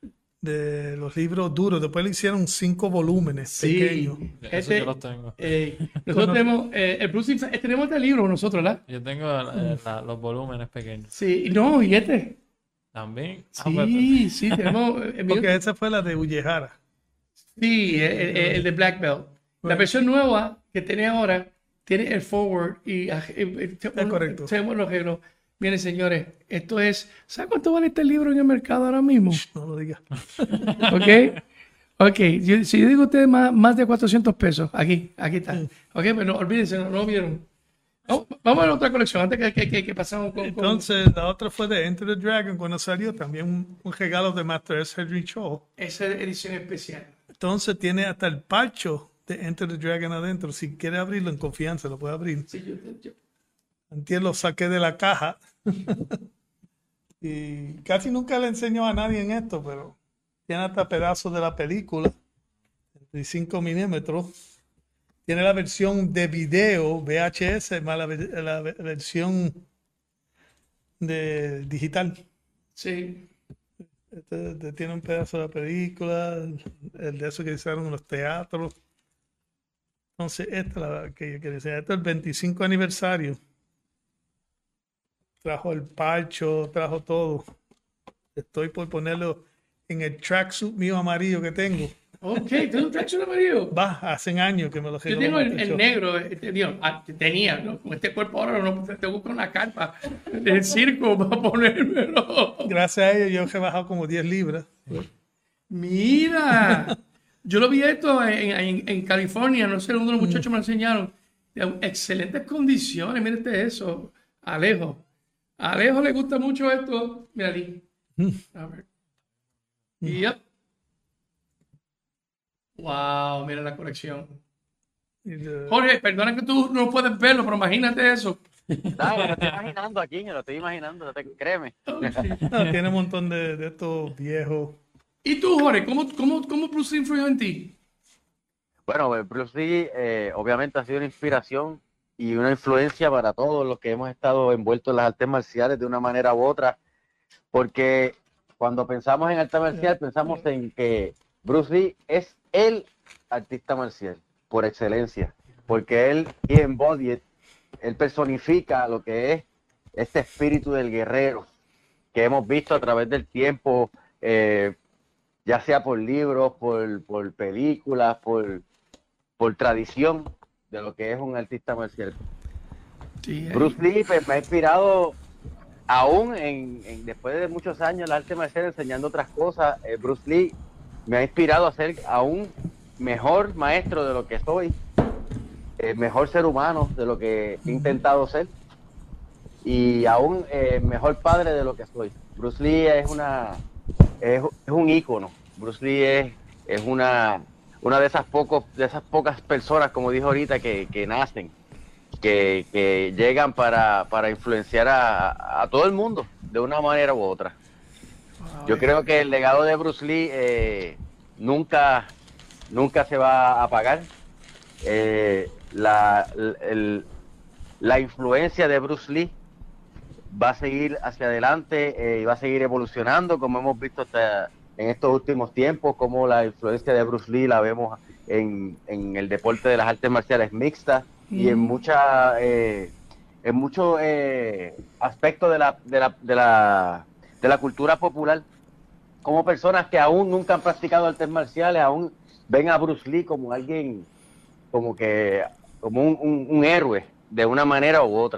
de los libros duros. Después le hicieron cinco volúmenes pequeños. Eso Este, yo los tengo. eh, nosotros tenemos, eh, el Bruce Lee, eh, tenemos este libro nosotros, ¿verdad? Yo tengo eh, la- los volúmenes pequeños. Sí, no, y este. También. Ah, pues, Sí, sí, tenemos. eh, el mío- Porque esa fue la de Ullejara. sí, el, el- el de Black Belt. La versión nueva que tiene ahora tiene el forward y eh, eh, Es correcto. tenemos los arreglos. Miren, señores, esto es. ¿Saben cuánto vale este libro en el mercado ahora mismo? No lo digas. ¿Ok? Ok, yo- si yo digo a ustedes más, más de cuatrocientos pesos, aquí, aquí está. Ok, pero no, olvídense, no, no vieron. Vamos, vamos a la otra colección antes que, que, que, que pasamos con, con- Entonces, la otra fue de Enter the Dragon cuando salió. También un, un regalo de Master S. Henry Shaw. esa edición especial. Entonces, tiene hasta el parcho de Enter the Dragon adentro. Si quiere abrirlo en confianza, lo puede abrir. Sí, yo, yo- Antier lo saqué de la caja. Y casi nunca le enseño a nadie en esto, pero tiene hasta pedazos de la película. veinticinco milímetros. Tiene la versión de video V H S más la, ve- la ve- versión de digital. sí. Este, este tiene un pedazo de la película, el de eso que hicieron en los teatros. Entonces, esta es la que yo quería decir. Este es el veinticinco aniversario. Trajo el parcho, trajo todo. Estoy por ponerlo en el tracksuit mío amarillo que tengo. Ok, ¿tú traes un amarillo? Va, hace años que me lo Yo regaló tengo el, Master el Show. negro, eh, digo, ah, tenía, ¿no? Con este cuerpo ahora no te busco una carpa del circo para ponérmelo. Gracias a ello yo he rebajado como diez libras. Mira, yo lo vi esto en, en, en California, no sé, uno de los muchachos me lo enseñaron. De excelentes condiciones, mírate eso, Alejo. A Alejo le gusta mucho esto. Mira aquí. A ver. Yep. Wow, mira la colección. Y de- Jorge, perdona que tú no puedes verlo, pero imagínate eso. No, me lo estoy imaginando aquí, me lo estoy imaginando, te- créeme. Ah, tiene un montón de, de estos viejos. ¿Y tú, Jorge, cómo, cómo, cómo Bruce Lee influyó en ti? Bueno, pues, Bruce Lee eh, obviamente ha sido una inspiración y una influencia para todos los que hemos estado envueltos en las artes marciales de una manera u otra, porque cuando pensamos en arte marcial pensamos en que Bruce Lee es el artista marcial por excelencia, porque él he embodied, él personifica lo que es este espíritu del guerrero que hemos visto a través del tiempo, eh, ya sea por libros, por, por películas, por, por tradición de lo que es un artista marcial. Sí, Bruce Lee pues, me ha inspirado aún en, en- después de muchos años el arte marcial enseñando otras cosas. eh, Bruce Lee me ha inspirado a ser aún mejor maestro de lo que soy, eh, mejor ser humano de lo que he intentado ser y aún eh, mejor padre de lo que soy. Bruce Lee es una es, es un ícono. Bruce Lee es, es una una de esas pocos, de esas pocas personas, como dijo ahorita, que, que nacen, que, que llegan para, para influenciar a, a todo el mundo de una manera u otra. Yo creo que el legado de Bruce Lee eh, nunca, nunca se va a apagar. Eh, la, el, la influencia de Bruce Lee va a seguir hacia adelante eh, y va a seguir evolucionando, como hemos visto hasta en estos últimos tiempos, como la influencia de Bruce Lee la vemos en, en el deporte de las artes marciales mixtas mm. y en mucha eh, en muchos eh, aspectos de la, de, la, de, la, de la cultura popular, como personas que aún nunca han practicado artes marciales, aún ven a Bruce Lee como alguien, como que como un, un, un héroe de una manera u otra.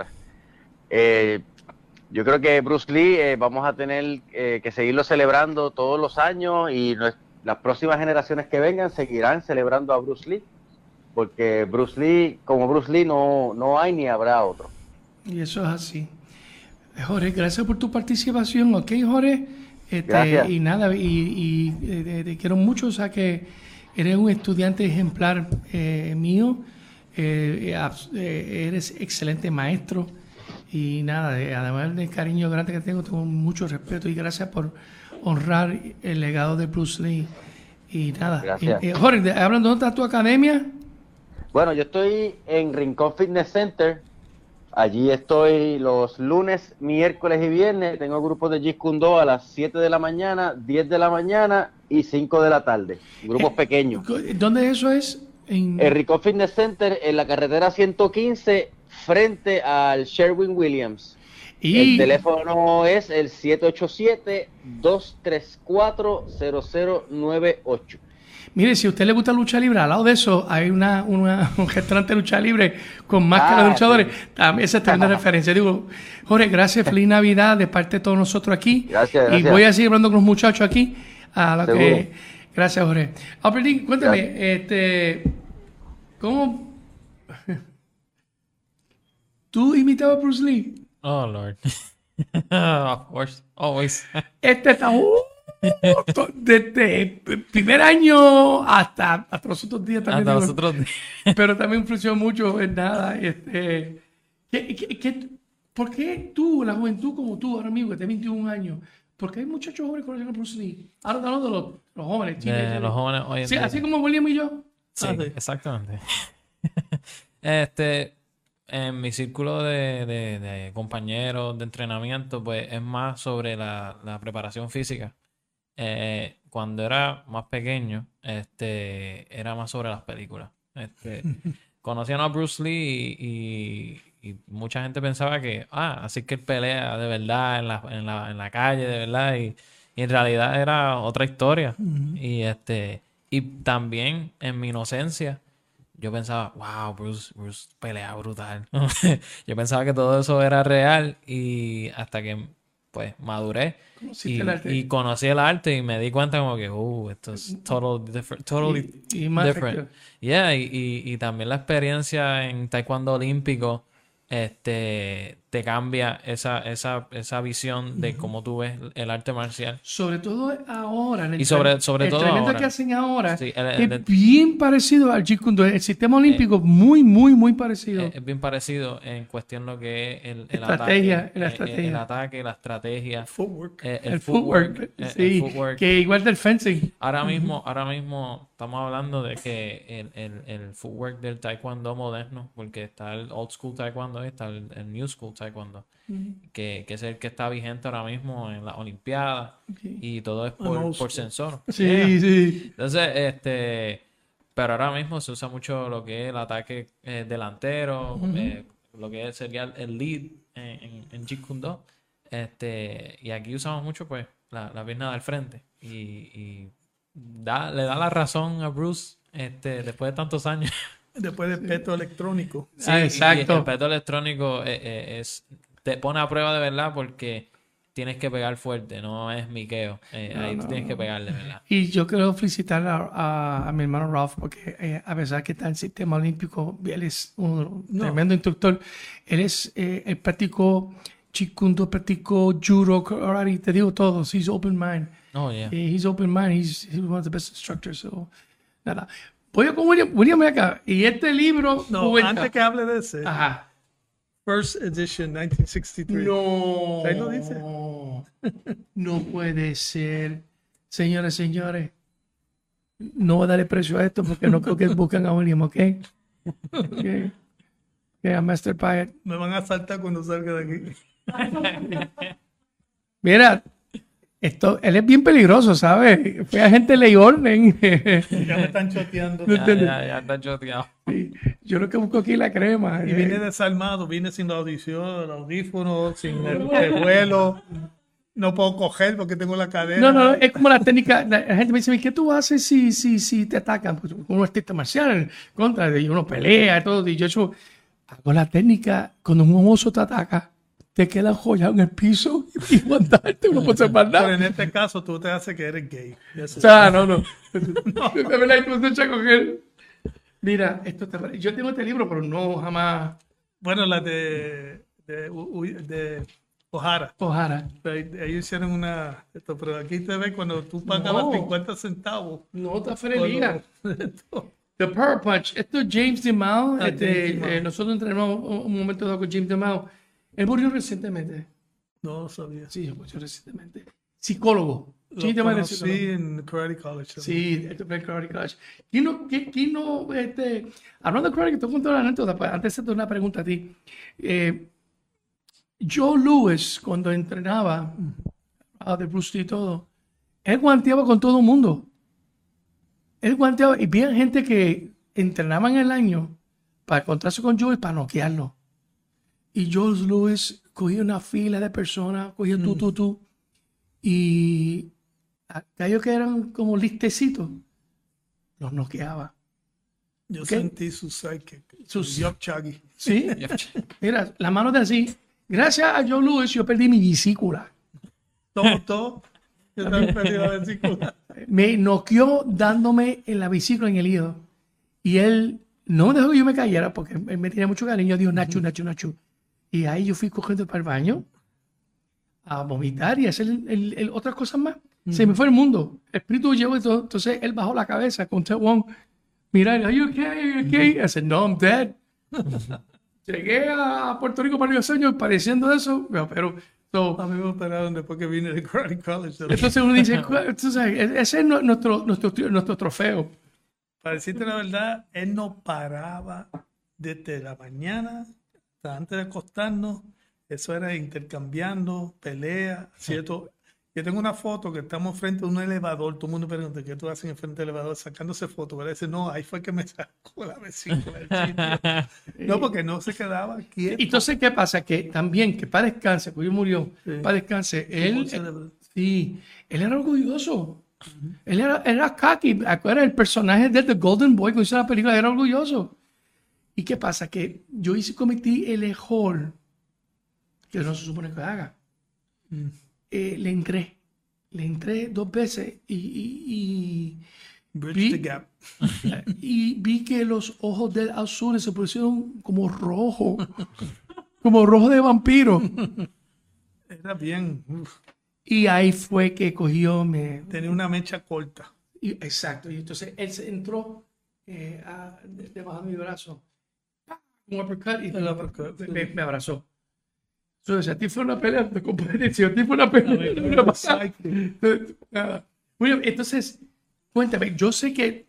Eh, yo creo que Bruce Lee eh, vamos a tener eh, que seguirlo celebrando todos los años y no es, las próximas generaciones que vengan seguirán celebrando a Bruce Lee, porque Bruce Lee, como Bruce Lee no, no hay ni habrá otro. Y eso es así. Jorge, gracias por tu participación, ¿ok, Jorge? Este, gracias. Y nada, y, y eh, te quiero mucho, o sea que eres un estudiante ejemplar eh, mío, eh, eh, eres excelente maestro y nada, eh, además del cariño grande que tengo, tengo mucho respeto y gracias por honrar el legado de Bruce Lee y nada. Gracias. Eh, eh, Jorge, hablando, ¿dónde está tu academia? Bueno, yo estoy en Rincón Fitness Center. Allí estoy los lunes, miércoles y viernes. Tengo grupos de Jeet Kune Do a las siete de la mañana, diez de la mañana y cinco de la tarde. Grupos eh, pequeños. ¿Dónde eso es? En... El Rincón Fitness Center en la carretera ciento quince frente al Sherwin Williams. Y... el teléfono es el siete ocho siete, dos tres cuatro, cero cero nueve ocho. Mire, si a usted le gusta lucha libre, al lado de eso hay una, una un restaurante de lucha libre con máscaras ah, de luchadores. Sí. También esa es tremenda referencia. Digo, Jorge, gracias, feliz Navidad de parte de todos nosotros aquí. Gracias, gracias. Y voy a seguir hablando con los muchachos aquí. A lo que... Gracias, Jorge. Albertín, cuéntame, gracias. este, ¿cómo tú imitabas a Bruce Lee? Oh, Lord. Of course, always. Este está... Uh, desde el primer año hasta, hasta los otros días también. Hasta digo, los otros días. Pero también influyó mucho en nada. Este, ¿qué, qué, qué, ¿Por qué tú, la juventud como tú, ahora mismo, que tienes veintiún años, por qué hay muchachos jóvenes que conocen a Bruce Lee? Ahora hablando de los, los jóvenes, chicos. De los jóvenes hoy en sí, día. así como William y yo. Sí, ah, sí. Exactamente. este, en mi círculo de, de, de compañeros de entrenamiento, pues es más sobre la, la preparación física. Eh, cuando era más pequeño, este, era más sobre las películas. Este, conocían a Bruce Lee y, y, y mucha gente pensaba que, ah, así que él pelea de verdad en la, en la, en la calle, de verdad, y, y en realidad era otra historia. Uh-huh. Y este, y también en mi inocencia, yo pensaba, wow, Bruce, Bruce pelea brutal. Yo pensaba que todo eso era real y hasta que pues maduré y, y conocí el arte y me di cuenta como que, uh, esto es total different, totally y, y más different. efectivo. Yeah, y, y, y también la experiencia en taekwondo olímpico este te cambia esa, esa, esa visión de cómo tú ves el arte marcial. Sobre todo ahora. En el y sobre, sobre el todo entrenamiento ahora. que hacen ahora Sí, el, el, es bien parecido al Jeet Kune Do. El sistema olímpico eh, muy, muy, muy parecido. Es, es bien parecido en cuestión lo que es el, el estrategia, ataque. La estrategia. El, el ataque, la estrategia. El footwork. Eh, el, el footwork. footwork. El, sí, el footwork. Que igual del fencing. Ahora mismo, uh-huh. ahora mismo estamos hablando de que el, el, el footwork del taekwondo moderno, porque está el old school taekwondo y está el, el new school taekwondo, uh-huh. que, que es el que está vigente ahora mismo en las olimpiadas, okay. y todo es por, por sensor. Sí, yeah. sí. Entonces, este, pero ahora mismo se usa mucho lo que es el ataque eh, delantero, uh-huh. eh, lo que sería el lead en, en, en Jeet Kune Do, este, y aquí usamos mucho pues la, la pierna del frente y, y da, le da la razón a Bruce este, después de tantos años. Después del peto electrónico. Sí, ah, exacto. El peto electrónico es, es, te pone a prueba de verdad porque tienes que pegar fuerte, no es miqueo. Eh, no, ahí no, tienes no. que pegar de verdad. Y yo quiero felicitar a, a, a mi hermano Ralph porque eh, a pesar que está en el sistema olímpico, él es un no. tremendo instructor. Él es, eh, él practicó Jeet Kune Do, practicó judo, karate, te digo todo. He's open mind. Oh, yeah. He's open mind. He's, he's one of the best instructors. So, nada. Voy con William, William ven acá. Y este libro. No, cuenta- antes que hable de ese, Ajá. First Edition, nineteen sixty-three. No. Ahí lo dice. No puede ser. Señores, señores. No voy a darle precio a esto porque no creo que buscan a William, ¿ok? Ok. Ok, a Master Pyatt. Me van a saltar cuando salga de aquí. Mira, esto, él es bien peligroso, ¿sabes? Fue agente ley orden. Ya me están choteando. No Ya, entiendo. ya, ya está choteado. Sí, yo lo que busco aquí es la crema. Y vine desarmado, vine sin la audición, el audífono, sin el, el vuelo. No puedo coger porque tengo la cadena. No, no, es como la técnica. La, la gente me dice, ¿qué tú haces si, si, si te atacan? Pues uno es artista marcial, contra, y uno pelea y todo. Y yo eso, hago la técnica, cuando un oso te ataca, te quedas joya en el piso y aguantarte, uno puede hacer más Pero nada. en este caso tú te haces que eres gay. Eso. O sea, no, no. De verdad, tú te echas con él. Mira, esto está, yo tengo este libro, pero no jamás. Bueno, la de, de, U- U- de O'Hara. Ojara. Ahí- Ellos hicieron una... Esto, pero aquí te ves cuando tú pagabas No. cincuenta centavos. No te por freguía. lo- The Power Punch. Esto es James DeMao. Ah, este, James DeMao. eh, nosotros entrenamos un, un momento dado con James DeMao. Él murió recientemente. No lo sabía. Sí, murió recientemente. Psicólogo. Lo James DeMao era conocí psicólogo. en Karate College. Sí, esto fue el Karate College. ¿Quién no, quién, quién no, este, hablando de karate, te cuento una anécdota, pues, antes de hacer una pregunta a ti. Eh, Joe Louis, cuando entrenaba a de Bruce Lee y todo, él guanteaba con todo el mundo. Él guanteaba, y había gente que entrenaban el año para encontrarse con Joe y para noquearlo. Y Joe Louis cogía una fila de personas, cogía tú, tú, tú, y aquellos que eran como listecitos, los noqueaba. Yo Ok. sentí su psychic. Su- Su Yup Chaggy. ¿Sí? Mira, la mano de así. Gracias a Joe Louis yo perdí mi vesícula. Todo, todo. Yo también perdí la vesícula. Me noqueó dándome en la vesícula en el hígado. Y él no me dejó que yo me cayera porque él me tenía mucho cariño. Dijo, Nacho, Nacho, Nacho. Y ahí yo fui cogiendo para el baño a vomitar y hacer el- el- el- otras cosas más. Se me fue el mundo. El espíritu llegó y todo. Entonces él bajó la cabeza con Ted Wong. Mira, ¿are you okay? Are you okay? I said, no, I'm dead. Llegué a Puerto Rico para varios años pareciendo eso, pero, pero so, A mí me operaron después que vine de Karate College. entonces uno dice, "Cu- entonces, ese es nu- nuestro, nuestro, nuestro trofeo. Para decirte la verdad, él no paraba desde la mañana hasta antes de acostarnos. Eso era intercambiando, pelea, ¿cierto? Yo tengo una foto que estamos frente a un elevador. Todo el mundo pregunta, ¿qué tú haces enfrente del elevador? Sacándose fotos. ¿Verdad? Dice, no, ahí fue que me sacó la vesícula del sitio. No, porque no se quedaba quieto. Y entonces, ¿qué pasa? Que también, que para descanse, porque él murió, Sí. para descanse, él, bolsa de- sí, él era orgulloso. Él era, era cocky. Era el personaje de The Golden Boy que hizo la película, era orgulloso. ¿Y qué pasa? Que yo hice, cometí el error que no se supone que haga. Mm. Eh, le entré. Le entré dos veces y, y, Bridge Vi- the gap. y, y vi que los ojos del azules se pusieron como rojo. Como rojo de vampiro. Era bien. uf, Y ahí fue que cogió, me, tenía una mecha corta. y- exacto. Y entonces él se entró eh, a- de- debajo de mi brazo. ¡Pah! Un uppercut y El uppercut, me, sí. me- me abrazó. Entonces, a ti fue una pelea de competición, a ti fue una pelea. A mí fue una un pasada. psychic. Nada. Bueno, entonces, cuéntame, yo sé que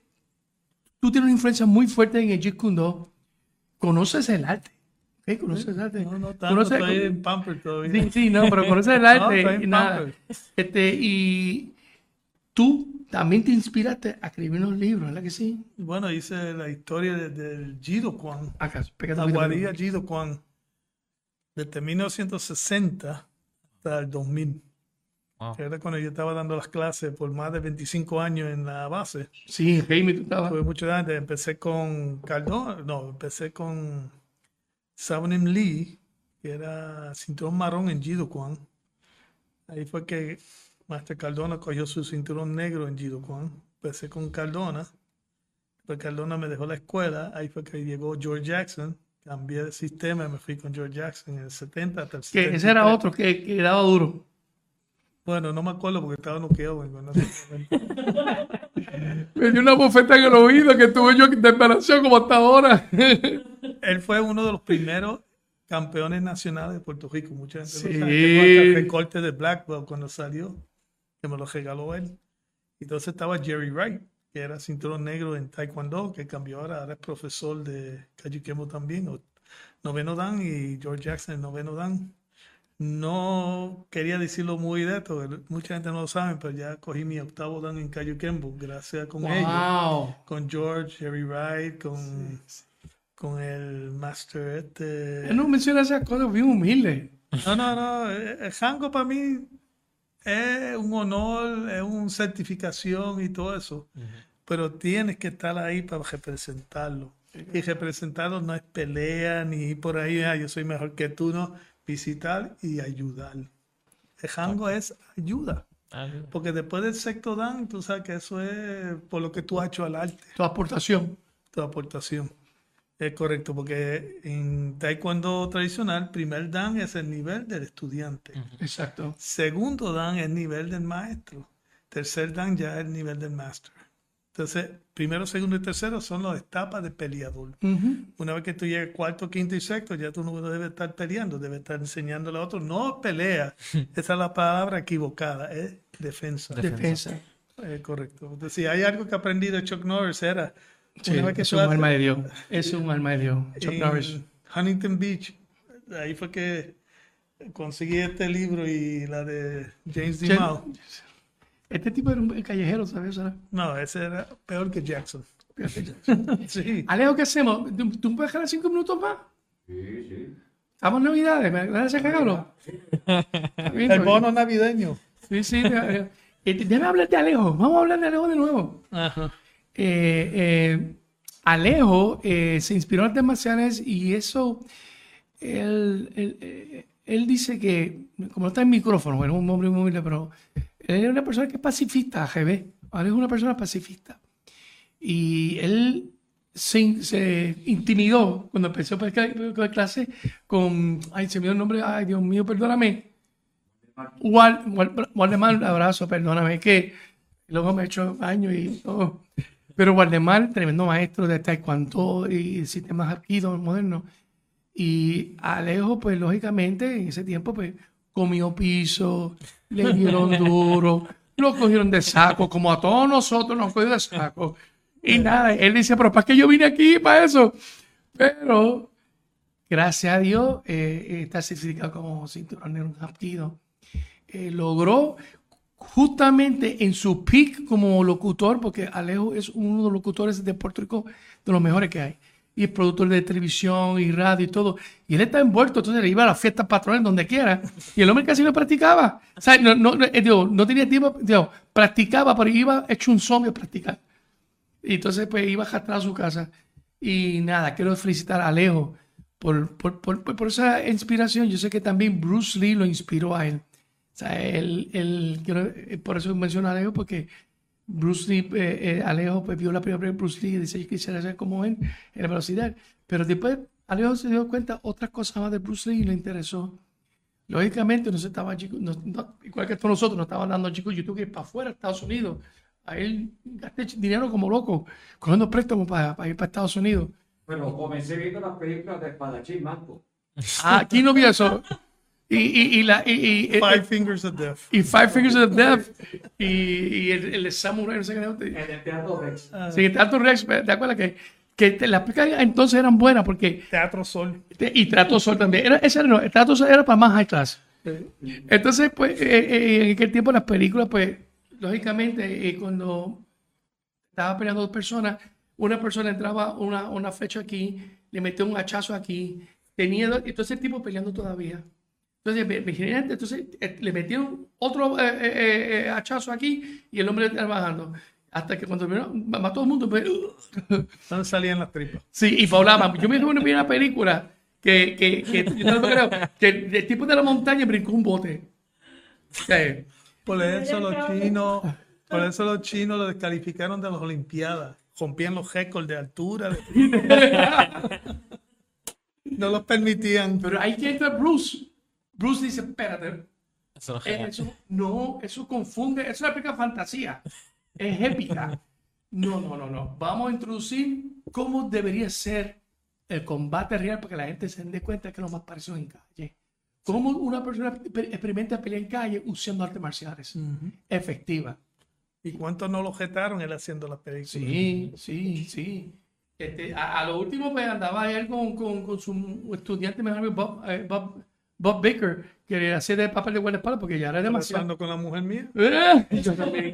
tú tienes una influencia muy fuerte en el Jeet Kune Do. ¿Conoces el arte? ¿Ok? ¿Conoces el arte? No, no tanto, ¿Conoces- estoy en Pamper todavía. Sí, sí, no, pero conoces el No, arte estoy y en nada. Pamper. Este, y tú también te inspiraste a escribir unos libros, ¿verdad que sí? Bueno, hice la historia de- del Jido Kwan. Acá, pégate La un poquito. guarida Jido Kwan. Desde mil novecientos sesenta hasta el dos mil. Wow. Que era cuando yo estaba dando las clases por más de veinticinco años en la base. Sí, Jaime, tú estabas. Fue mucho antes. Empecé con Cardona, no, empecé con Sabonim Lee, que era cinturón marrón en Jido Kwan. Ahí fue que Master Cardona cogió su cinturón negro en Jido Kwan. Empecé con Cardona. Después Cardona me dejó la escuela. Ahí fue que llegó George Jackson. Cambié de sistema y me fui con George Jackson en el setenta hasta el Que setenta y ese era tres. otro que, que daba duro. Bueno, no me acuerdo porque estaba noqueado en ese momento. Me dio una bofeta en el oído que tuve yo de embarazo como hasta ahora. Él fue uno de los primeros campeones nacionales de Puerto Rico. Mucha gente Sí. lo sabe. Tengo hasta el recorte de Black Belt cuando salió, que me lo regaló él. Entonces estaba Jerry Wright, que era cinturón negro en Taekwondo, que cambió ahora, ahora es profesor de Kajukenbo también, o noveno dan, y George Jackson el noveno dan. No quería decirlo muy de esto, mucha gente no lo sabe, pero ya cogí mi octavo dan en Kajukenbo, gracias con ellos, Wow. con George, Jerry Wright, con, con el master este. Él no menciona esas cosas bien humildes. No, no, no, el Jango para mí es un honor, es una certificación y todo eso, pero tienes que estar ahí para representarlo. Y representarlo no es pelea ni ir por ahí, ah, yo soy mejor que tú, no. Visitar y ayudar. El Jango es ayuda. Ayuda. Porque después del sexto dan, tú sabes que eso es por lo que tú has hecho al arte, Tu aportación. tu aportación. Es correcto, porque en Taekwondo tradicional, primer dan es el nivel del estudiante. Exacto. Segundo dan es el nivel del maestro. Tercer dan ya es el nivel del master. Entonces, primero, segundo y tercero son las etapas de peleador. Ujú. Una vez que tú llegas cuarto, quinto y sexto, ya tú no debes estar peleando, debes estar enseñándole a otros. No pelea, esa es la palabra equivocada, es defensa. Defensa. Eh, correcto. Entonces, si hay algo que aprendí de Chuck Norris era, Sí, una vez que es tú un haces- alma de Dios. Es un alma de Dios. Chuck en Norris. Huntington Beach, ahí fue que conseguí este libro y la de James D. Chen- Mao. Este tipo era un callejero, ¿sabes? ¿Sabes? No, ese era peor que Jackson. Sí. Alejo, ¿qué hacemos? ¿Tú, tú me puedes dejar cinco minutos más? Sí, sí. Estamos en Navidades, ¿me das ese cagado? El bono navideño. Sí, sí. eh, eh, déjame hablar de Alejo. Vamos a hablar de Alejo de nuevo. Ajá. Eh, eh, Alejo eh, se inspiró en artes marciales y eso, él, él, eh, él dice que, como no está en micrófono, es un hombre muy humilde, pero él es una persona que es pacifista, G B. Alejo es una persona pacifista. Y él se, se intimidó cuando empezó a la clase con, ay, se me dio el nombre, ay, Dios mío, perdóname. Wal- Wal- Waldemar, un abrazo, perdóname, que luego me he hecho años y todo. Pero Waldemar, tremendo maestro de taekwondo y sistemas hapkido modernos. Y Alejo, pues lógicamente, en ese tiempo, pues comió piso, le dieron duro, lo cogieron de saco, como a todos nosotros nos cogieron de saco. Y nada, él dice, pero ¿para qué yo vine aquí para eso? Pero, gracias a Dios, eh, eh, está certificado como cinturón negro en hapkido. Eh, logró justamente en su peak como locutor, porque Alejo es uno de los locutores de Puerto Rico de los mejores que hay. Y es productor de televisión y radio y todo. Y él está envuelto, entonces le iba a las fiestas patronales donde quiera. Y el hombre casi no practicaba. O sea, no, no, no, eh, digo, no tenía tiempo, digo, practicaba, pero iba hecho un zombie a practicar. Y entonces pues iba a arrastrar a su casa. Y nada, quiero felicitar a Alejo por, por, por, por esa inspiración. Yo sé que también Bruce Lee lo inspiró a él. O sea, él, él, quiero- por eso menciono a Alejo, porque Bruce Lee, eh, eh, Alejo pues, vio la primera vez Bruce Lee y dice, yo quisiera ser como él en la velocidad. Pero después Alejo se dio cuenta otras cosas más de Bruce Lee y le interesó. Lógicamente, no se estaba chico, no- no- igual que todos nosotros, nos estaban dando chicos YouTube que ir para afuera, Estados Unidos. A él gasté dinero como loco, cogiendo préstamos para, para ir para Estados Unidos. Bueno, comencé viendo las películas de Espadachín Manco. Ah, aquí no vi eso. Y, y, y, la, y, y, Five Fingers of Death. y Five Fingers of Death. Y, y el, el Samurai, no sé qué. En el Teatro Rex. Sí, el Teatro Rex, ¿te acuerdas que, que te- las películas entonces eran buenas? Porque, Teatro Sol. y Trato Sol también. Era, ese era, no, el Trato Sol era para más high class. Entonces, pues, eh, eh, en aquel tiempo las películas, pues, lógicamente, eh, cuando estaba peleando dos personas, una persona entraba una, una flecha aquí, le metió un hachazo aquí, tenía dos, entonces el tipo peleando todavía. Entonces, me- me generé- entonces eh, le metieron otro eh, eh, eh, hachazo aquí y el hombre estaba bajando. Hasta que cuando terminó, mató a todo el mundo. Pues, ¿Dónde salían las tripas? sí, y Paulama. Yo me vi una, vi una película que, que, que yo no lo creo, que el, el tipo de la montaña brincó un bote. O sea, Por eso los chinos, por eso los chinos lo descalificaron de las Olimpiadas. Rompían los récords de altura. de- No los permitían. pero ahí que entra Bruce. Bruce dice, espérate, Eso no es Eh, real. Eso, no, eso confunde, eso es una película fantasía, es épica. No, no, no, no. Vamos a introducir cómo debería ser el combate real para que la gente se dé cuenta que es lo más parecido en calle. Cómo una persona pe- experimenta pelear en calle usando artes marciales efectiva. ¿Y cuántos no lo jetaron él haciendo las películas? Sí, sí, sí. Este, a, a lo último pues andaba él con, con, con su estudiante mejor amigo Bob, eh, Bob, Bob Baker, que hacía de papel de guardaespaldas porque ya era demasiado. Pasando con la mujer mía. Eh, yo también.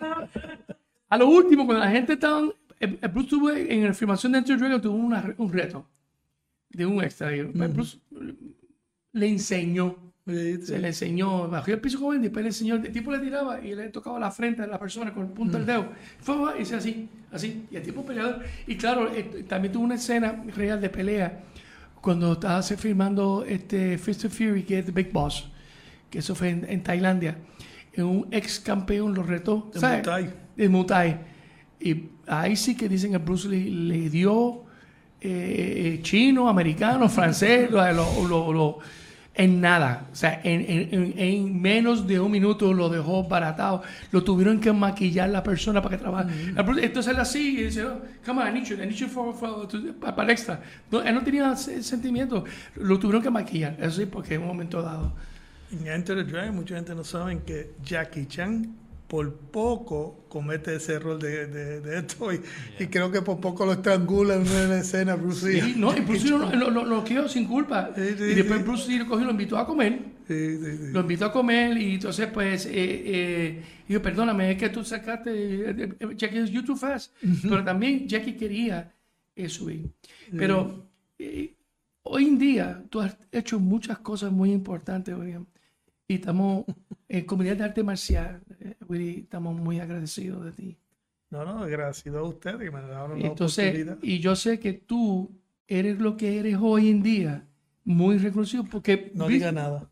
A lo último, cuando la gente estaba. eh, eh, Bruce tuvo en la filmación de Enter the Dragon tuvo una- un reto de un extra. Y, pues, Bruce le enseñó. Sí, sí. Se le enseñó, bajó el piso joven, después le enseñó, el tipo le tiraba y le tocaba la frente a la persona con el punto del dedo. Fue, y hice así, así, y el tipo peleador. Y claro, eh, también tuvo una escena real de pelea cuando estaba se filmando este Fist of Fury, que es The Big Boss, que eso fue en, en Tailandia. Y un ex campeón lo retó, De ¿sabes? Muay Thai. De Muay Thai. Y ahí sí que dicen que Bruce Lee le dio eh, chino, americano, francés, lo, lo, lo- lo- en nada. O sea, en, en- en- en menos de un minuto lo dejó baratado. Lo tuvieron que maquillar la persona para que trabaje. Entonces él así y dice, oh, come on, I need you, I need you for, for- to- para, para el extra. No, él no tenía se- sentimiento. Lo tuvieron que maquillar. Eso sí, porque en un momento dado. En Enter the Dragon, mucha gente no sabe que Jackie Chan por poco comete ese error de, de, de esto y, y creo que por poco lo estrangula en una escena Bruce Lee. Sí, no, y Bruce Lee lo, lo, lo, lo quedó sin culpa. Sí, sí, y después sí. Bruce Lee lo cogió y lo invitó a comer. Sí, sí, sí. Lo invitó a comer y entonces pues eh, eh, dijo, perdóname, es que tú sacaste, eh, eh, Jackie, you too fast. Pero también Jackie quería eh, subir. Pero eh, hoy en día tú has hecho muchas cosas muy importantes, William. Y estamos en comunidad de arte marcial, eh, Willy, estamos muy agradecidos de ti. No, no, agradecido a ustedes que me dieron Y la entonces, oportunidad. y yo sé que tú eres lo que eres hoy en día, muy reconocido porque... No vi- diga nada.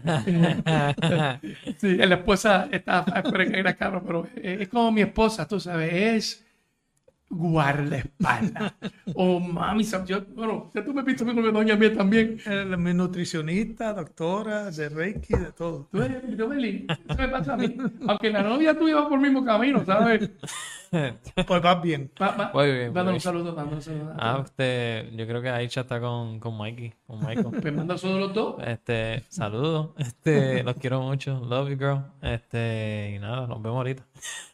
Sí, la esposa está afuera en la cámara, pero eh, es como mi esposa, tú sabes, es guardaespaldas. Oh, mami, sab- yo, bueno, ya tú me viste con mi doña mía también. Eh, Mi nutricionista, doctora, de Reiki, de todo. Tú eres, tú, Beli, eso me pasa a mí. Aunque la novia tuya va por el mismo camino, ¿sabes? Pues vas bien. Va, va, Muy bien, manda muy un bien. saludo, manda un saludo. Ah, usted, yo creo que Aisha está con, con Mikey, con Michael. Pues manda un saludo a los dos. Este, saludos, este, los quiero mucho, love you girl, este, y nada, nos vemos ahorita.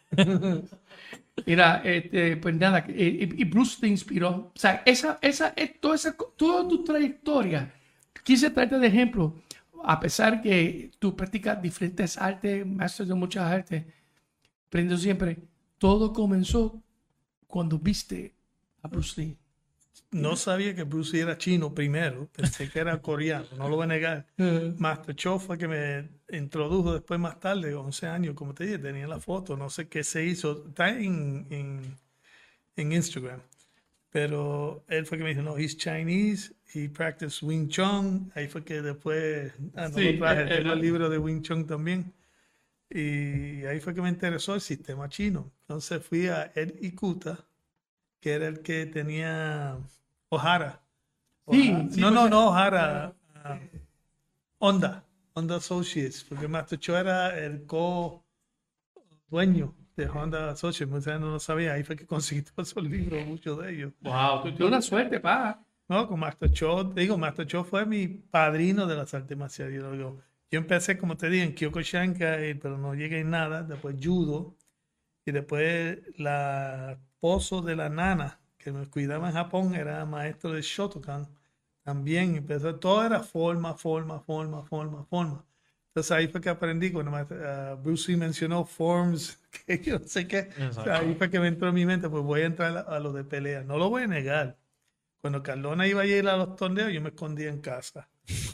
Mira, este, pues nada, eh, y, y Bruce te inspiró. O sea, esa, esa, eh, toda, esa, toda tu trayectoria, quise traerte de ejemplo, a pesar que tú practicas diferentes artes, maestros de muchas artes, aprendiendo siempre, todo comenzó cuando viste a Bruce Lee. No sabía que Bruce Lee era chino primero, pensé que era coreano, no lo voy a negar. Master Cho fue que me introdujo después más tarde, once años, como te dije, tenía la foto, no sé qué se hizo, está en, en, en Instagram. Pero él fue que me dijo, no, he's Chinese, he practiced Wing Chun. Ahí fue que después, ah, no Sí, lo traje, eh, tengo eh, el libro de Wing Chun también. Y ahí fue que me interesó el sistema chino. Entonces fui a Ed Ikuta, que era el que tenía Ohara. Sí, Ohara. sí, no, pues, no, no, Ohara. ah, Honda. Honda Associates. Porque Master Cho era el co-dueño de Honda Associates. Muchas no lo sabía. Ahí fue que conseguí todos esos libros, muchos de ellos. Wow, tú tienes una suerte, pa. No, con Master Cho, digo, Master Cho fue mi padrino de las artes marciales. Yo, digo, yo empecé, como te digo, en Kyokushinkai, pero no llegué en nada. Después judo. Y después la esposo de la nana que me cuidaba en Japón era maestro de Shotokan. También empezó, todo era forma, forma, forma, forma, forma. Entonces ahí fue que aprendí, cuando uh, Bruce Lee mencionó forms, que yo no sé qué, o sea, ahí fue que me entró en mi mente, pues voy a entrar a, a lo de pelea. No lo voy a negar. Cuando Cardona iba a ir a los torneos, yo me escondía en casa.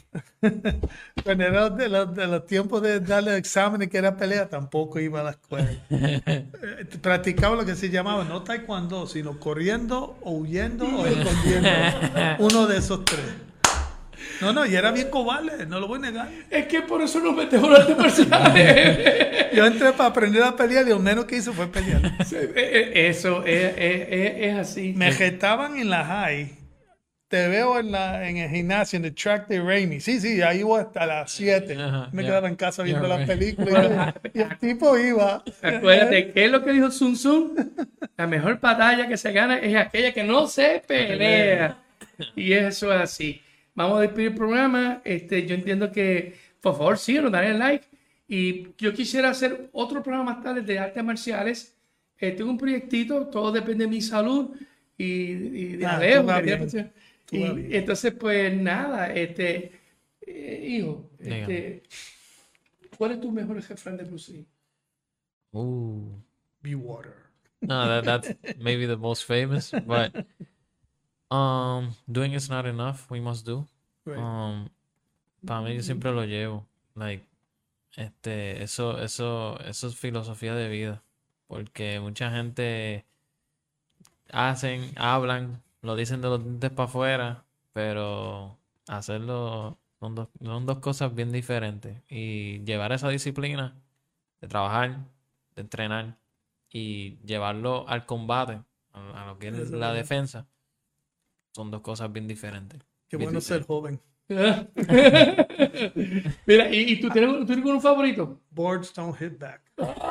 Cuando era de los, de los tiempos de darle exámenes que era pelea, tampoco iba a la escuela. Eh, Practicaba lo que se llamaba no taekwondo, sino corriendo o huyendo o escondiendo. Uno de esos tres. No, no, y era bien cobarde, no lo voy a negar. Es que por eso no me dejó las artes marciales. Yo entré para aprender a pelear y lo menos que hice fue pelear. Sí, eh, eh, Eso es, es- es- es así. Me jetaban en la high te veo en, la, en el gimnasio, en el track de Raimi. Sí, sí, ahí iba hasta las siete. Ajá, Me yeah. quedaba en casa viendo Yeah, las right. películas. y el tipo iba. Acuérdate, ¿qué es lo que dijo Sun Tzu? La mejor batalla que se gana es aquella que no se pelea. Y eso es así. Vamos a despedir el programa. Este, yo entiendo que, por favor, síganos, dale like. Y yo quisiera hacer otro programa más tarde de artes marciales. Eh, tengo un proyectito, todo depende de mi salud y, y de Ah, Alejo. tú vas que tiene bien. presión. Tú Y vas bien. entonces, pues nada, este, eh, hijo, Dígame. este, ¿cuál es tu mejor refrán de Bruce Lee? Ooh. Be water. No, that, that's maybe the most famous, but um, doing is not enough. We must do. Right. Um, para mí yo siempre lo llevo. Like, este, eso, eso, eso es filosofía de vida. Porque mucha gente hacen, hablan, lo dicen de los dientes para afuera, pero hacerlo son dos, son dos cosas bien diferentes. Y llevar esa disciplina de trabajar, de entrenar y llevarlo al combate, a, a lo que es Eso es la verdad. defensa, son dos cosas bien diferentes. Qué Bien bueno ser diferentes. joven. Mira, ¿y, y tú, tienes, tú tienes un favorito? Boards don't hit back.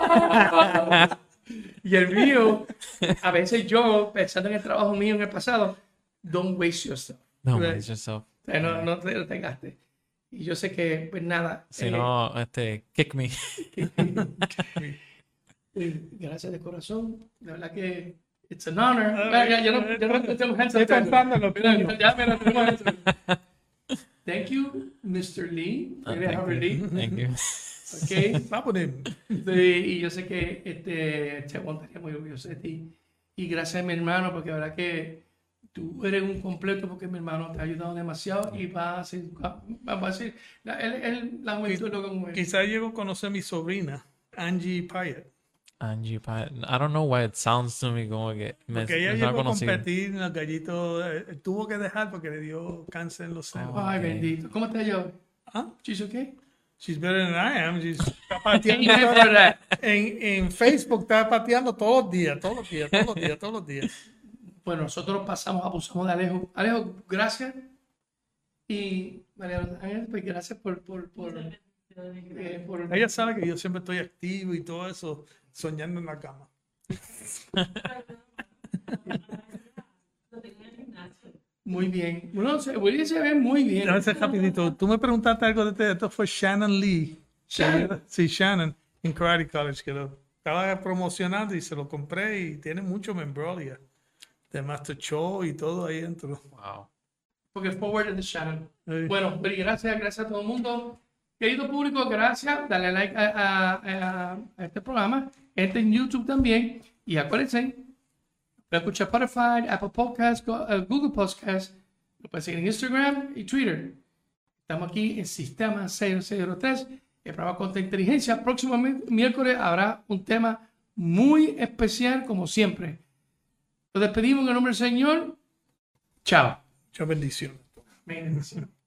Y el mío, a veces yo, pensando en el trabajo mío en el pasado, don't waste yourself. No, Right. waste yourself. O sea, no, no te lo tengaste. Y yo sé que, pues nada. Si eh, no, este, kick me. eh, gracias de corazón. De verdad que it's an honor. Ah, ya, ya no, ya no tenemos hands up. Estoy pensando en los Mira, tuyos. ya me lo tenemos hands up. Thank you, mister Lee. Ah, Maybe thank Howard you. Lee. Thank you. Okay. Vamos de- Sí, y yo sé que este, Chewon estaría muy orgulloso de ti. Y gracias a mi hermano, porque la verdad que tú eres un completo, porque mi hermano te ha ayudado demasiado y va a ser, va a decir, la, él, él, la juventud es lo que mueve. Quizá llego a conocer a mi sobrina, Angie Pyatt. Angie Pyatt. I don't know why it sounds to me como que me, Porque ella me llegó suena a conocido. competir en los gallitos. eh, tuvo que dejar porque le dio cáncer en los senos. Ay, Ok. bendito. ¿Cómo estás yo? ¿Ah? ¿She's okay? She's better than I am. She's está Thank pateando you todo- for that. en, en Facebook está pateando todos los días, todos los días, todos los días, todos los días. Bueno, nosotros pasamos, abusamos de Alejo. Alejo, gracias. Y María Ángel, pues gracias por, por, por, eh, por- Ella sabe que yo siempre estoy activo y todo eso, soñando en la cama. Muy bien. Bueno, se, Willy se ve muy bien. Déjame ser rapidito. Tú me preguntaste algo de este, esto fue Shannon Lee. Shannon. Sí, Shannon, en Karate College, que lo estaba promocionando y se lo compré y tiene mucho membrollia de Master Cho y todo ahí dentro. Wow. Porque forward in the Shannon. Sí. Bueno, Willy, gracias, gracias a todo el mundo. Querido público, gracias. Dale like a, a- a- a este programa. Este en YouTube también. Y acuérdense, lo escucha Spotify, Apple Podcasts, Go- eh, Google Podcasts. Lo pueden seguir en Instagram y Twitter. Estamos aquí en Sistema seis cero tres, el programa Contra Inteligencia. Próximo mi- miércoles habrá un tema muy especial, como siempre. Nos despedimos en el nombre del Señor. Chao. Mucha bendición. Bendición.